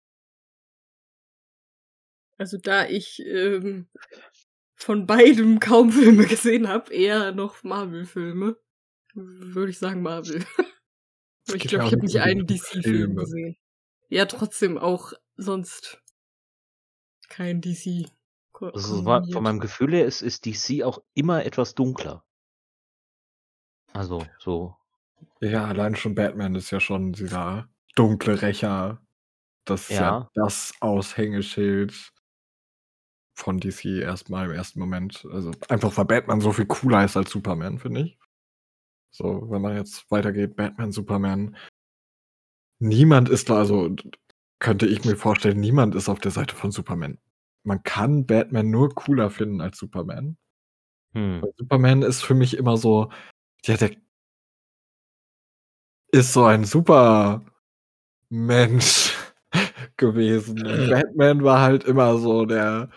Also da ich von beidem kaum Filme gesehen habe, eher noch Marvel-Filme, würde ich sagen Marvel. Es Aber ich geht ja glaube, auch ich habe nicht nicht einen unbedingt um DC-Film Filme. gesehen. Ja, trotzdem auch sonst kein DC Also, von konsumiert. meinem Gefühl her ist DC auch immer etwas dunkler. Also, so Ja, allein schon Batman ist ja schon dieser dunkle Rächer. Das ist ja ja, das Aushängeschild von DC erst mal im ersten Moment. Also, einfach weil Batman so viel cooler ist als Superman, finde ich. So, wenn man jetzt weitergeht, Batman, Superman. Niemand ist da also, könnte ich mir vorstellen, niemand ist auf der Seite von Superman. Man kann Batman nur cooler finden als Superman. Weil Superman ist für mich immer so, ja, der ist so ein Supermensch gewesen. Und Batman war halt immer so der,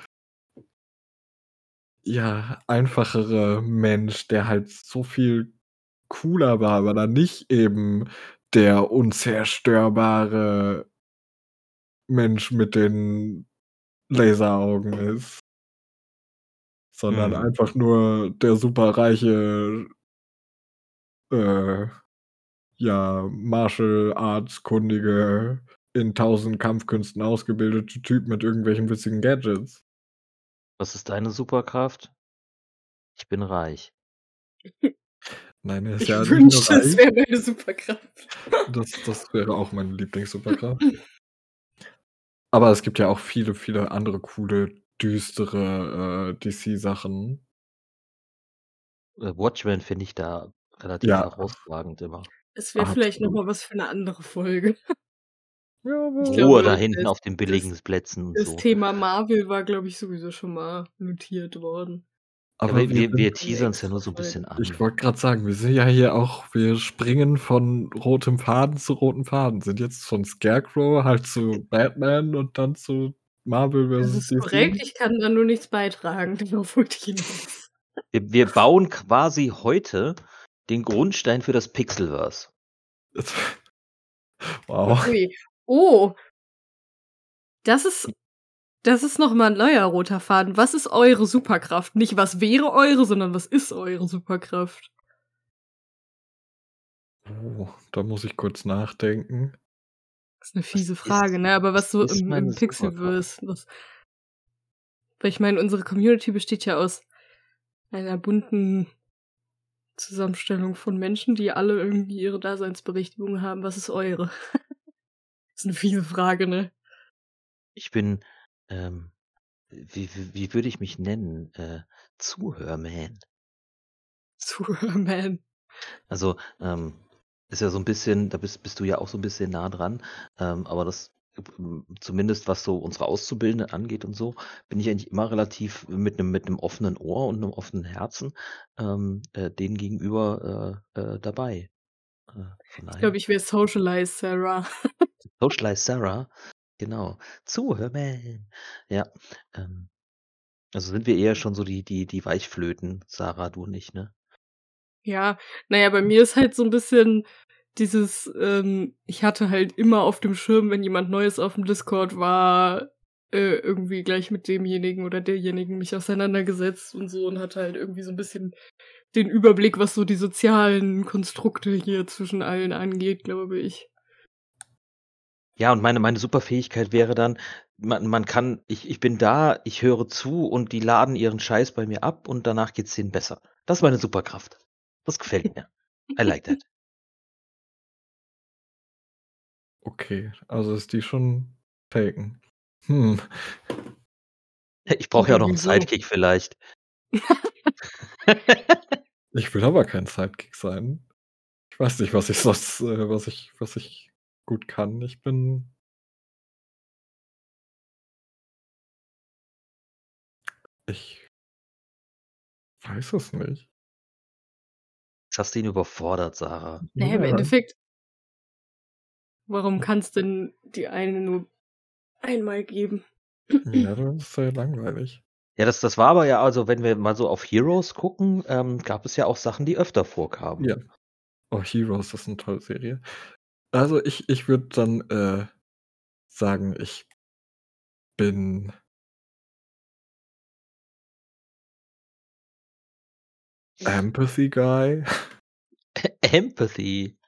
ja, einfachere Mensch, der halt so viel cooler war, weil er nicht eben der unzerstörbare Mensch mit den Laseraugen ist, sondern einfach nur der superreiche, äh, ja, Martial Arts kundige, in 1000 Kampfkünsten ausgebildete Typ mit irgendwelchen witzigen Gadgets. Was ist deine Superkraft? Ich bin reich. Nein, er ist Ich ja nicht nur wünschte, es reich. wäre meine Superkraft. Das wäre auch meine Lieblingssuperkraft. Aber es gibt ja auch viele, viele andere coole, düstere, DC-Sachen. Watchmen finde ich da relativ Ja, herausragend immer. Es wäre vielleicht noch absolut. mal was für eine andere Folge. Ja, Ich aber Ruhe da glaube, hinten auf den das billigen Plätzen und das so. Thema Marvel war, glaube ich, sowieso schon mal notiert worden. Ja, aber wir sind wir Für 'ne teasern's ja nur so 'n Extra-Folge. bisschen ich an. wollte grad sagen, wir sind ja hier auch wir springen von rotem Faden zu rotem Faden. Sind jetzt von Scarecrow halt zu Batman und dann zu Marvel Das versus ist korrekt, DC. ich kann da nur nichts beitragen, darauf wollte ich hinaus. Wir bauen quasi heute den Grundstein für das Pixelverse. Wow. Ui. Oh, das ist noch mal 'n neuer roter Faden. Was ist eure Superkraft? Nicht was wäre eure, sondern was ist eure Superkraft? Oh, da muss ich kurz nachdenken. Das ist 'ne Was fiese Frage, ne, aber was was so ist meine im Superkraft? Pixelverse, weil ich meine, unsere Community besteht ja aus einer bunten Zusammenstellung von Menschen, die alle irgendwie ihre Daseinsberechtigung haben. Was ist eure? Ist 'ne fiese Frage, ne? Ich bin, wie würde ich mich nennen? Zuhörman. Zuhörman. Also, ist ja so 'n bisschen da bist du ja auch so 'n bisschen nah dran, aber das zumindest was so unsere Auszubildenden angeht und so, bin ich eigentlich immer relativ mit 'nem offenen Ohr und 'nem offenen Herzen, denen gegenüber, dabei. Von Ich daher glaube, ich wäre Socialize Sarah. Socialize Sarah, genau. Zuhörman. Ja, ähm, also sind wir eher schon so die Weichflöten, Sarah, du und ich, ne? Ja, na ja, bei mir ist halt so 'n bisschen dieses, ich hatte halt immer auf dem Schirm, wenn jemand Neues aufm Discord war, irgendwie gleich mit demjenigen oder derjenigen mich auseinandergesetzt und so und hatte halt irgendwie so 'n bisschen den Überblick, was so die sozialen Konstrukte hier zwischen allen angeht, glaube ich. Ja, und meine Superfähigkeit wäre dann, man kann ich bin da, ich höre zu und die laden ihren Scheiß bei mir ab und danach geht's denen besser. Das ist meine Superkraft. Das gefällt mir. I like that. Okay, also ist die schon taken. Hm. Ich brauche ja auch Okay, noch 'n wieso? Sidekick vielleicht. Ich will aber kein Sidekick sein. Ich weiß nicht, was ich sonst was ich gut kann. Ich weiß es nicht. Jetzt hast du ihn überfordert, Sarah. Na ja, im Ja, Endeffekt, warum kann's denn die eine nur einmal geben? ja, das ist sehr langweilig. Ja, das war aber ja also, wenn wir mal so auf Heroes gucken, gab es ja auch Sachen, die öfter vorkamen. Ja. Oh, Heroes, das ist 'ne tolle Serie. Also, ich würde dann, sagen, ich bin Empathy Guy. Empathy.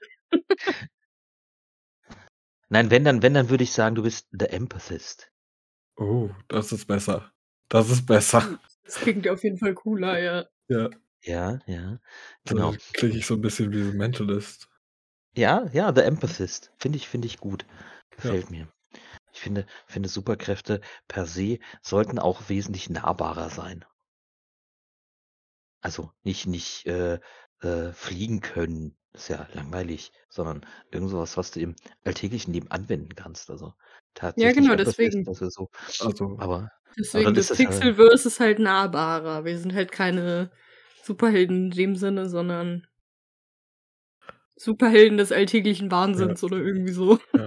Nein, wenn dann würde ich sagen, du bist the Empathist. Oh, das ist besser. Das ist besser. Das klingt auf jeden Fall cooler, ja. Ja, Ja, ja, da genau. klinge ich so 'n bisschen wie 'n Mentalist. Ja, ja, The Empathist. Finde ich gut. Ja, Gefällt mir. Ich finde Superkräfte per se sollten auch wesentlich nahbarer sein. Also, nicht fliegen können, ist ja langweilig, sondern irgend so was du im alltäglichen Leben anwenden kannst. Also, Ja, tatsächlich genau, Empathist, deswegen. das wäre so also, aber Deswegen dann das ist das ja Pixelverse ist halt nahbarer. Wir sind halt keine Superhelden in dem Sinne, sondern Superhelden des alltäglichen ja, Wahnsinns oder irgendwie so. ja.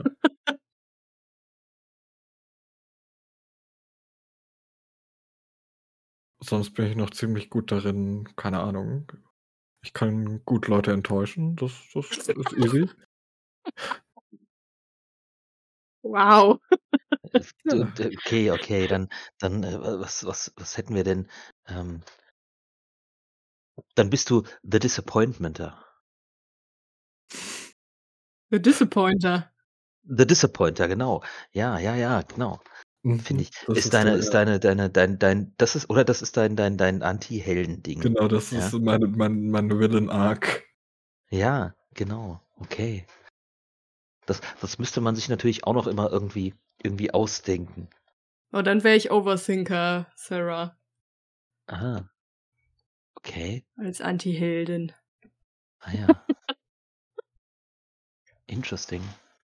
Sonst bin ich noch ziemlich gut darin, keine Ahnung. Ich kann gut Leute enttäuschen, das ist easy. Wow. Ja. Okay, dann was hätten wir denn? Ähm, Dann bist du The Disappointmenter. The Disappointer. The Disappointer, genau. Ja, genau. Finde ich. Das Ist ist deine der ist dein das ist dein Anti-Helden-Ding. genau, das Ja? ist mein Villain-Arc. Ja, genau. Okay. Das müsste man sich natürlich auch noch immer irgendwie ausdenken. Oh, dann wäre ich Overthinker, Sarah, Aha, okay. als Anti-Heldin. Ah ja. Interesting.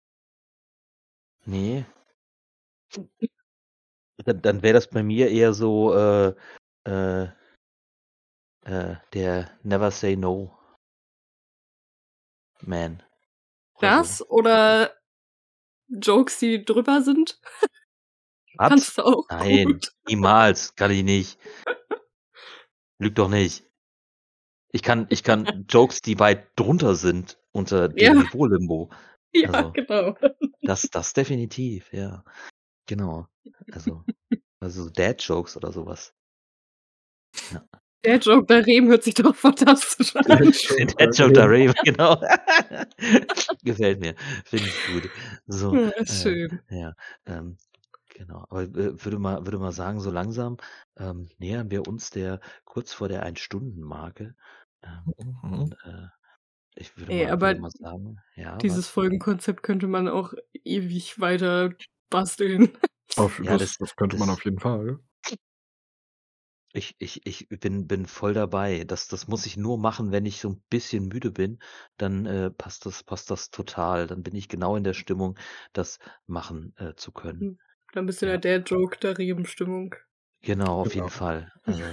Ne, dann wäre das bei mir eher so, äh, der Never Say No Man oder so. Das oder Jokes, die drüber sind, Was? kannst du auch Nein, gut. niemals, kann ich nicht. Lüg doch nicht. Ich kann Jokes, die weit drunter sind unter dem Ja, Niveau Limbo. ja, Also, genau. das definitiv, ja. Genau. Also Dad-Jokes oder so was. Ja. Der Joke bei Rehm hört sich doch fantastisch an. Dad-Joke da Rave, genau. Gefällt mir. Finde ich gut. So, Ja, ist schön. ja, genau. Aber, würde mal sagen, so langsam, nähern wir uns kurz vor der 1-Stunden-Marke. Mhm. Ich Ey, aber würde mal sagen, ja, dieses was? Folgenkonzept könnte man auch ewig weiter basteln. Ja, Das könnte man auf jeden Fall. ich bin voll dabei. Das muss ich nur machen, wenn ich so 'n bisschen müde bin, dann, passt das total. Dann bin ich genau in der Stimmung, das machen, zu können. Dann bist du Ja, in der Joke der Rehm-Stimmung. genau, auf jeden Genau. Fall. Also,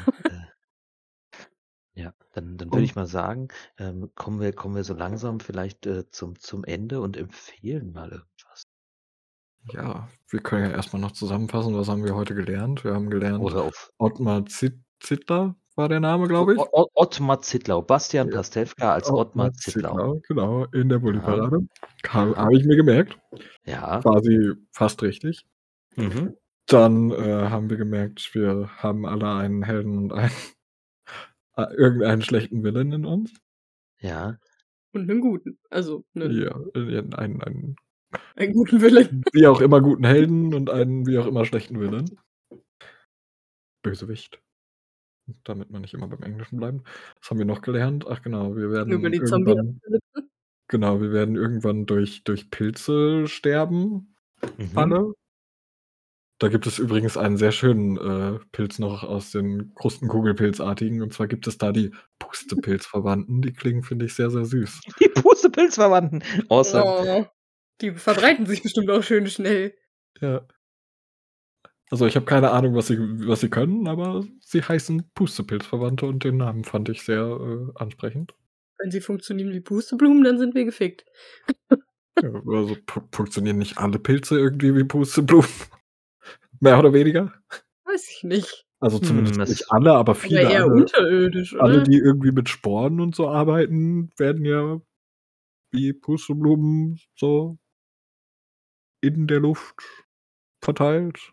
ja, dann würde Und ich mal sagen, kommen wir so langsam vielleicht, zum Ende und empfehlen mal irgendwas. ja, wir können ja erst mal noch zusammenfassen, was haben wir heute gelernt? Wir haben gelernt, Oder auf Ottmar Zittler war der Name, glaube ich. Ottmar Zittlau, Bastian Ja, Pastewka als Ottmar Ottmar Zittlau. Zittler, genau, in der Aha, Bulli-Parade. Habe ich mir gemerkt. ja, Quasi fast richtig. mhm, Dann, haben wir gemerkt, wir haben alle einen Helden und einen irgendeinen schlechten Willen in uns. ja. Und 'nen guten. Also, 'nen Ja, einen einen guten Willen. wie auch immer guten Helden und einen wie auch immer schlechten Willen. Bösewicht, damit wir nicht immer beim Englischen bleiben. Was haben wir noch gelernt? Ach genau, Über die Zombie-Apokalypse. wir werden irgendwann durch Pilze sterben, Mhm. alle. Da gibt es übrigens einen sehr schönen, Pilz noch aus den Krustenkugelpilzartigen, und zwar gibt es da die Pustepilzverwandten. Die klingen, finde ich, sehr, sehr süß. Die Pustepilzverwandten. Awesome. Oh, die verbreiten sich bestimmt auch schön schnell. Ja. Also, ich habe keine Ahnung, was sie können, aber sie heißen Pustepilzverwandte und den Namen fand ich sehr, ansprechend. Wenn sie funktionieren wie Pusteblumen, dann sind wir gefickt. Ja, also, funktionieren nicht alle Pilze irgendwie wie Pusteblumen? Mehr oder weniger? Weiß ich nicht. Also, zumindest nicht Es alle, aber Aber viele, eher unterirdisch, alle, oder? die irgendwie mit Sporen und so arbeiten, werden ja wie Pusteblumen so in der Luft verteilt.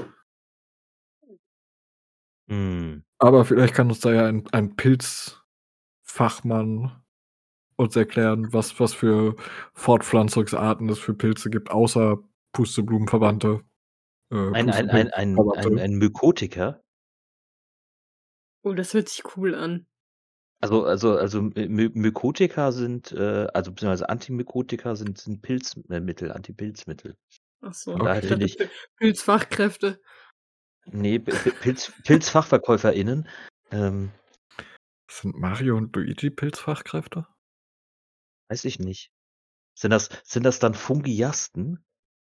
hm. Aber vielleicht kann uns da ja ein Pilzfachmann uns erklären, was für Fortpflanzungsarten es für Pilze gibt, außer Pusteblumenverwandte, Pustepilzverwandte. Ein Mykotiker? Oh, das hört sich cool an. Mykotika sind, also beziehungsweise Antimykotika sind Pilzmittel, Antipilzmittel. Ach so, Von daher ich Okay. finde dachte ich Pilzfachkräfte. ne, Pilzfachverkäuferinnen, ähm, Sind Mario und Luigi Pilzfachkräfte? weiß ich nicht. Sind das dann Fungiasten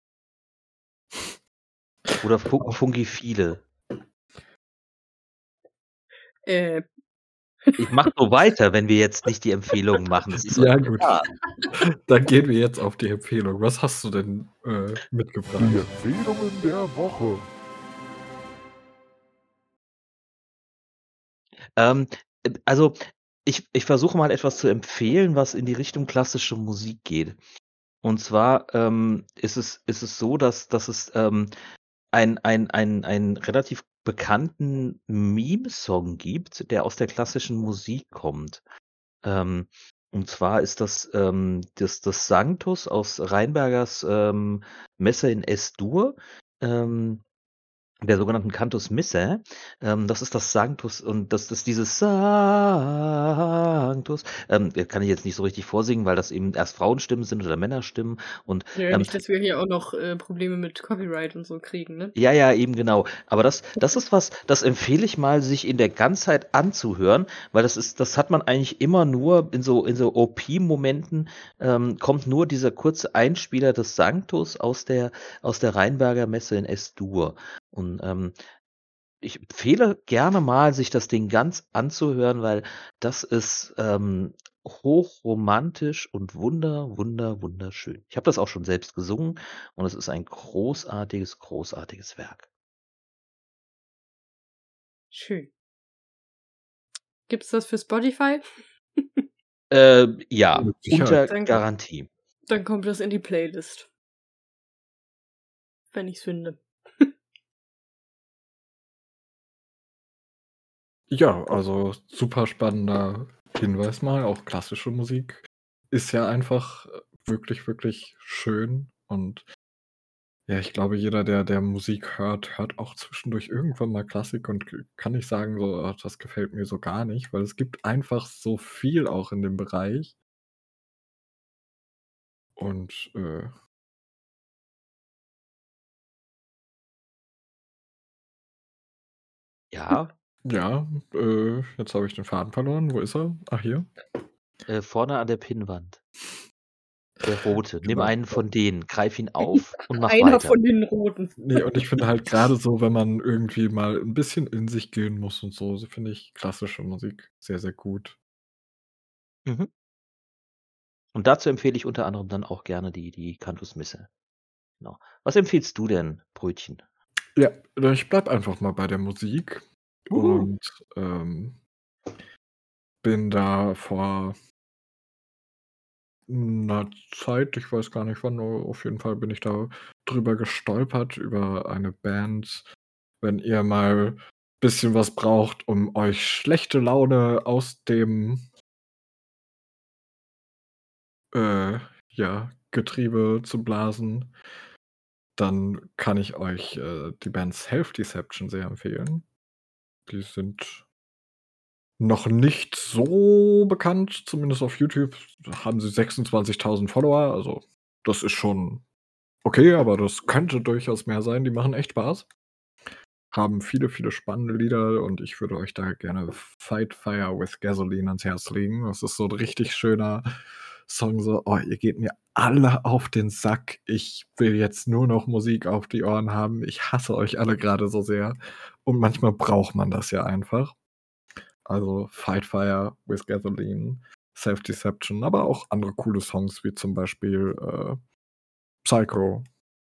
oder Fungiphile? Äh, Ich mache so weiter, wenn wir jetzt nicht die Empfehlungen machen. Das ist Ja, euch gut. klar. Dann gehen wir jetzt auf die Empfehlung. Was hast du denn, mitgebracht? Die Empfehlungen der Woche. Ähm, also, ich versuche mal etwas zu empfehlen, was in die Richtung klassische Musik geht. Und zwar ist es so, dass es einen relativ bekannten Meme-Song gibt, der aus der klassischen Musik kommt. Und zwar ist das Sanctus aus Rheinbergers Messe in S-Dur. Ähm, Der sogenannten Cantus Missae. Das ist das Sanctus und das ist dieses Sanctus. Kann ich jetzt nicht so richtig vorsingen, weil das eben erst Frauenstimmen sind oder Männerstimmen. Und Ja, nicht, dass wir hier auch noch Probleme mit Copyright und so kriegen, ne? ja, eben genau. Aber das ist was, das empfehle ich mal, sich in der Ganzheit anzuhören, weil das hat man eigentlich immer nur in so OP-Momenten, kommt nur dieser kurze Einspieler des Sanctus aus der Rheinberger Messe in S-Dur. Und ich empfehle gerne mal, sich das Ding ganz anzuhören, weil das ist hochromantisch und wunderschön. Ich habe das auch schon selbst gesungen und es ist ein großartiges Werk. Schön. Gibt's das für Spotify? Ja, Mit Sicherheit. unter Danke. Garantie. Dann kommt das in die Playlist. Wenn ich's finde. Ja, also super spannender Hinweis mal. Auch klassische Musik ist ja einfach wirklich schön. Und ja, ich glaube, jeder, der Musik hört auch zwischendurch irgendwann mal Klassik und kann nicht sagen, so, das gefällt mir so gar nicht, weil es gibt einfach so viel auch in dem Bereich. Und Ja, ja, jetzt habe ich den Faden verloren. Wo ist er? Ach, hier. vorne an der Pinnwand. Der rote. Nimm Genau. einen von denen, greif ihn auf und mach Einer weiter. von den Roten. Nee, und ich finde halt gerade so, wenn man irgendwie mal ein bisschen in sich gehen muss und so finde ich klassische Musik sehr gut. Mhm. Und dazu empfehle ich unter anderem dann auch gerne die Cantus Missae. Genau. Was empfiehlst du denn, Brötchen? Ja, ich bleibe einfach mal bei der Musik Wuhu. und bin da vor 'ner Zeit, ich weiß gar nicht wann, auf jeden Fall bin ich da drüber gestolpert, über eine Band. Wenn ihr mal bisschen was braucht, um euch schlechte Laune aus dem äh, ja, Getriebe zu blasen, dann kann ich euch die Band Self-Deception sehr empfehlen. Die sind noch nicht so bekannt, zumindest auf YouTube haben sie 26.000 Follower, also das ist schon okay, aber das könnte durchaus mehr sein. Die machen echt Spaß. Haben viele spannende Lieder und ich würde euch da gerne „Fight Fire with Gasoline“ ans Herz legen. Das ist so 'n richtig schöner Song, so: „Oh, ihr geht mir alle auf den Sack. Ich will jetzt nur noch Musik auf die Ohren haben. Ich hasse euch alle grade so sehr.“ Und manchmal braucht man das ja einfach. Also, „Fight Fire with Gasoline“, „Self-Deception“, aber auch andere coole Songs wie zum Beispiel „Psycho“.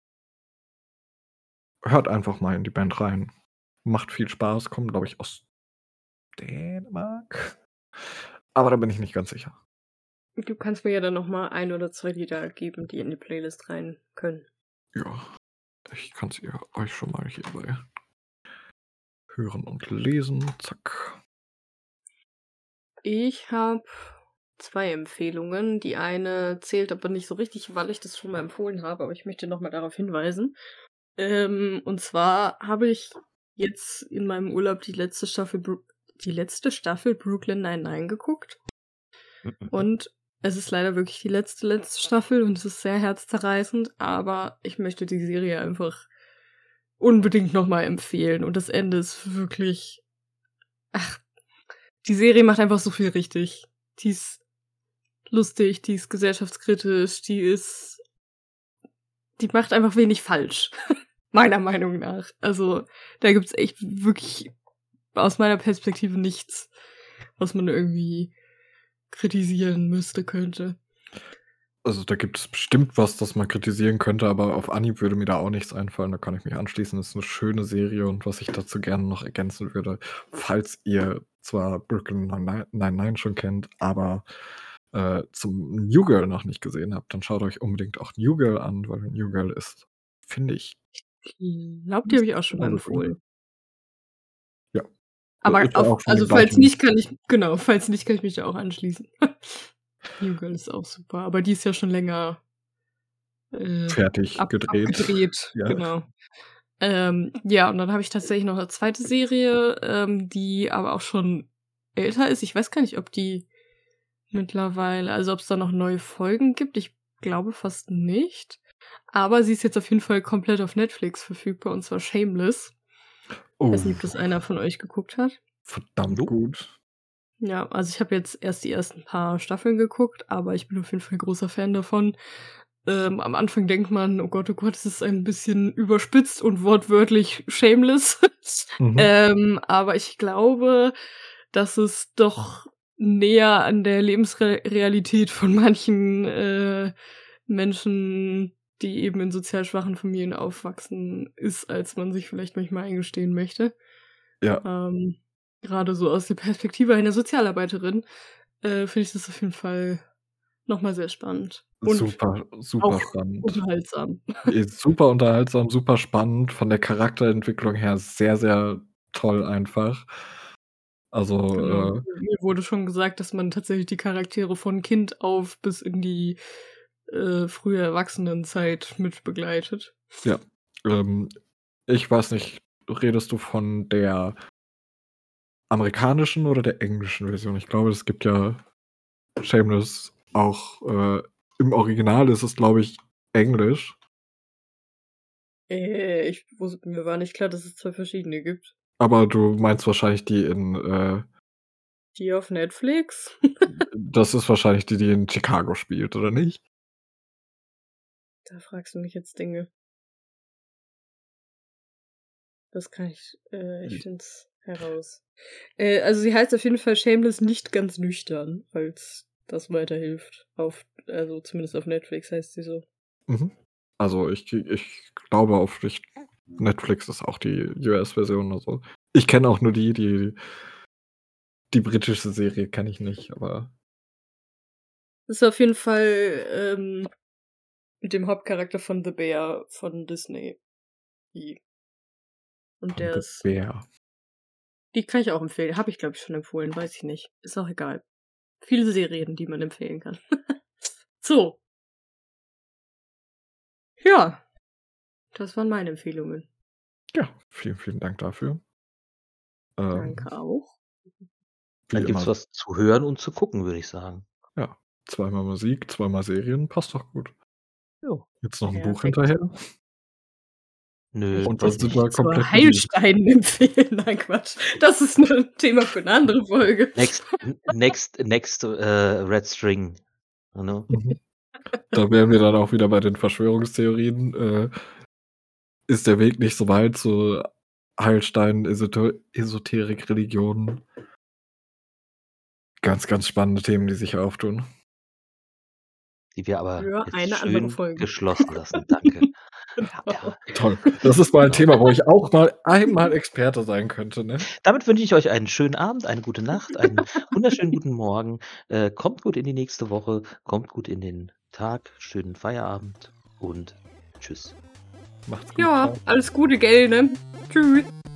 Hört einfach mal in die Band rein. Macht viel Spaß, kommen, glaube ich, aus Dänemark? Aber da bin ich nicht ganz sicher. Du kannst mir ja dann noch mal 1 oder 2 Lieder geben, die in die Playlist rein können. Ja, ich kann's euch schon mal hierbei hören und lesen. Zack. Ich habe 2 Empfehlungen. Die eine zählt aber nicht so richtig, weil ich das schon mal empfohlen habe, aber ich möchte noch mal darauf hinweisen. Und zwar habe ich jetzt in meinem Urlaub die letzte Staffel Brooklyn Nine-Nine geguckt. Und es ist leider wirklich die letzte Staffel und es ist sehr herzzerreißend, aber ich möchte die Serie einfach unbedingt noch mal empfehlen. Und das Ende ist wirklich... Ach, die Serie macht einfach so viel richtig. Die ist lustig, die ist gesellschaftskritisch, die macht einfach wenig falsch. Meiner Meinung nach. Also, da gibt's echt wirklich aus meiner Perspektive nichts, was man irgendwie kritisieren könnte. Also, da gibt's bestimmt was, das man kritisieren könnte, aber auf Anhieb würde mir da auch nichts einfallen. Da kann ich mich anschließen. Das ist 'ne schöne Serie und was ich dazu gerne noch ergänzen würde, falls ihr zwar Brooklyn Nine-Nine schon kennt, aber zum New Girl noch nicht gesehen habt, dann schaut euch unbedingt auch New Girl an, weil New Girl ist, finde ich, Ich glaube, die habe ich auch schon mal empfohlen. Ja. Aber Ist ja auch von also den falls gleichen- nicht, kann ich mich da auch anschließen. New Girl ist auch super, aber die ist ja schon länger fertig gedreht. abgedreht. Ja. Genau. Ja, und dann habe ich tatsächlich noch eine zweite Serie, die aber auch schon älter ist. Ich weiß gar nicht, ob die mittlerweile, also ob es da noch neue Folgen gibt. Ich glaube fast nicht. Aber sie ist jetzt auf jeden Fall komplett auf Netflix verfügbar, und zwar Shameless. Ich Oh, weiß nicht, ob das einer von euch geguckt hat. verdammt Nope. gut. Ja, also ich habe jetzt erst die ersten paar Staffeln geguckt, aber ich bin auf jeden Fall großer Fan davon. Am Anfang denkt man, oh Gott, es ist ein bisschen überspitzt und wortwörtlich shameless. Aber ich glaube, dass es doch näher an der Lebensrealität von manchen Menschen, die eben in sozial schwachen Familien aufwachsen, ist, als man sich vielleicht manchmal eingestehen möchte. Ja, Gerade so aus der Perspektive einer Sozialarbeiterin finde ich das auf jeden Fall nochmal sehr spannend. Und super auch spannend. unterhaltsam. Ist super unterhaltsam, super spannend, von der Charakterentwicklung her sehr, sehr toll einfach. Also, Genau. Mir wurde schon gesagt, dass man tatsächlich die Charaktere von Kind auf bis in die frühe Erwachsenenzeit mit begleitet. ja. Ich weiß nicht, redest du von der amerikanischen oder der englischen Version? Ich glaube, es gibt ja Shameless auch, im Original ist es, glaube ich, Englisch. Mir war nicht klar, dass es 2 verschiedene gibt. Aber du meinst wahrscheinlich die in, Die auf Netflix? das ist wahrscheinlich die in Chicago spielt, oder nicht? Da fragst du mich jetzt Dinge. Das kann ich find's heraus. Also sie heißt auf jeden Fall Shameless nicht ganz nüchtern, falls das weiterhilft. Also zumindest auf Netflix heißt sie so. Mhm. Also ich glaube auf Netflix ist auch die US-Version. Also ich kenne auch nur die britische Serie kenne ich nicht, aber Das ist auf jeden Fall mit dem Hauptcharakter von The Bear von Disney. Und der The ist. Bear. Die kann ich auch empfehlen. Habe ich, glaube ich, schon empfohlen, weiß ich nicht. Ist auch egal. Viele Serien, die man empfehlen kann. So. Ja. Das waren meine Empfehlungen. Ja, vielen, vielen Dank dafür. Danke auch. Wie Dann gibt's immer, was zu hören und zu gucken, würde ich sagen. ja, zweimal Musik, zweimal Serien, passt doch gut. Jo. Jetzt noch ein Buch Perfekt. hinterher. Nö, Und dann das sind nicht. wir Zur komplett bedient. Heilstein empfehlen. Nein, Quatsch. Das ist nur ein Thema für eine andere Folge. Next Red String. You know? Mhm. Da wären wir dann auch wieder bei den Verschwörungstheorien. Ist der Weg nicht so weit zu Heilstein, Esoterik, Religionen? Ganz, ganz spannende Themen, die sich auftun. Die wir aber Für jetzt eine andere schön Folge. geschlossen lassen. Danke. Genau. Toll. Das ist mal ein Thema, wo ich auch mal einmal Experte sein könnte, ne? Damit wünsche ich euch einen schönen Abend, eine gute Nacht, einen wunderschönen guten Morgen. Kommt gut in die nächste Woche, kommt gut in den Tag, schönen Feierabend und tschüss. Macht's gut. Ja, Ciao. alles Gute, gell, ne? Tschüss.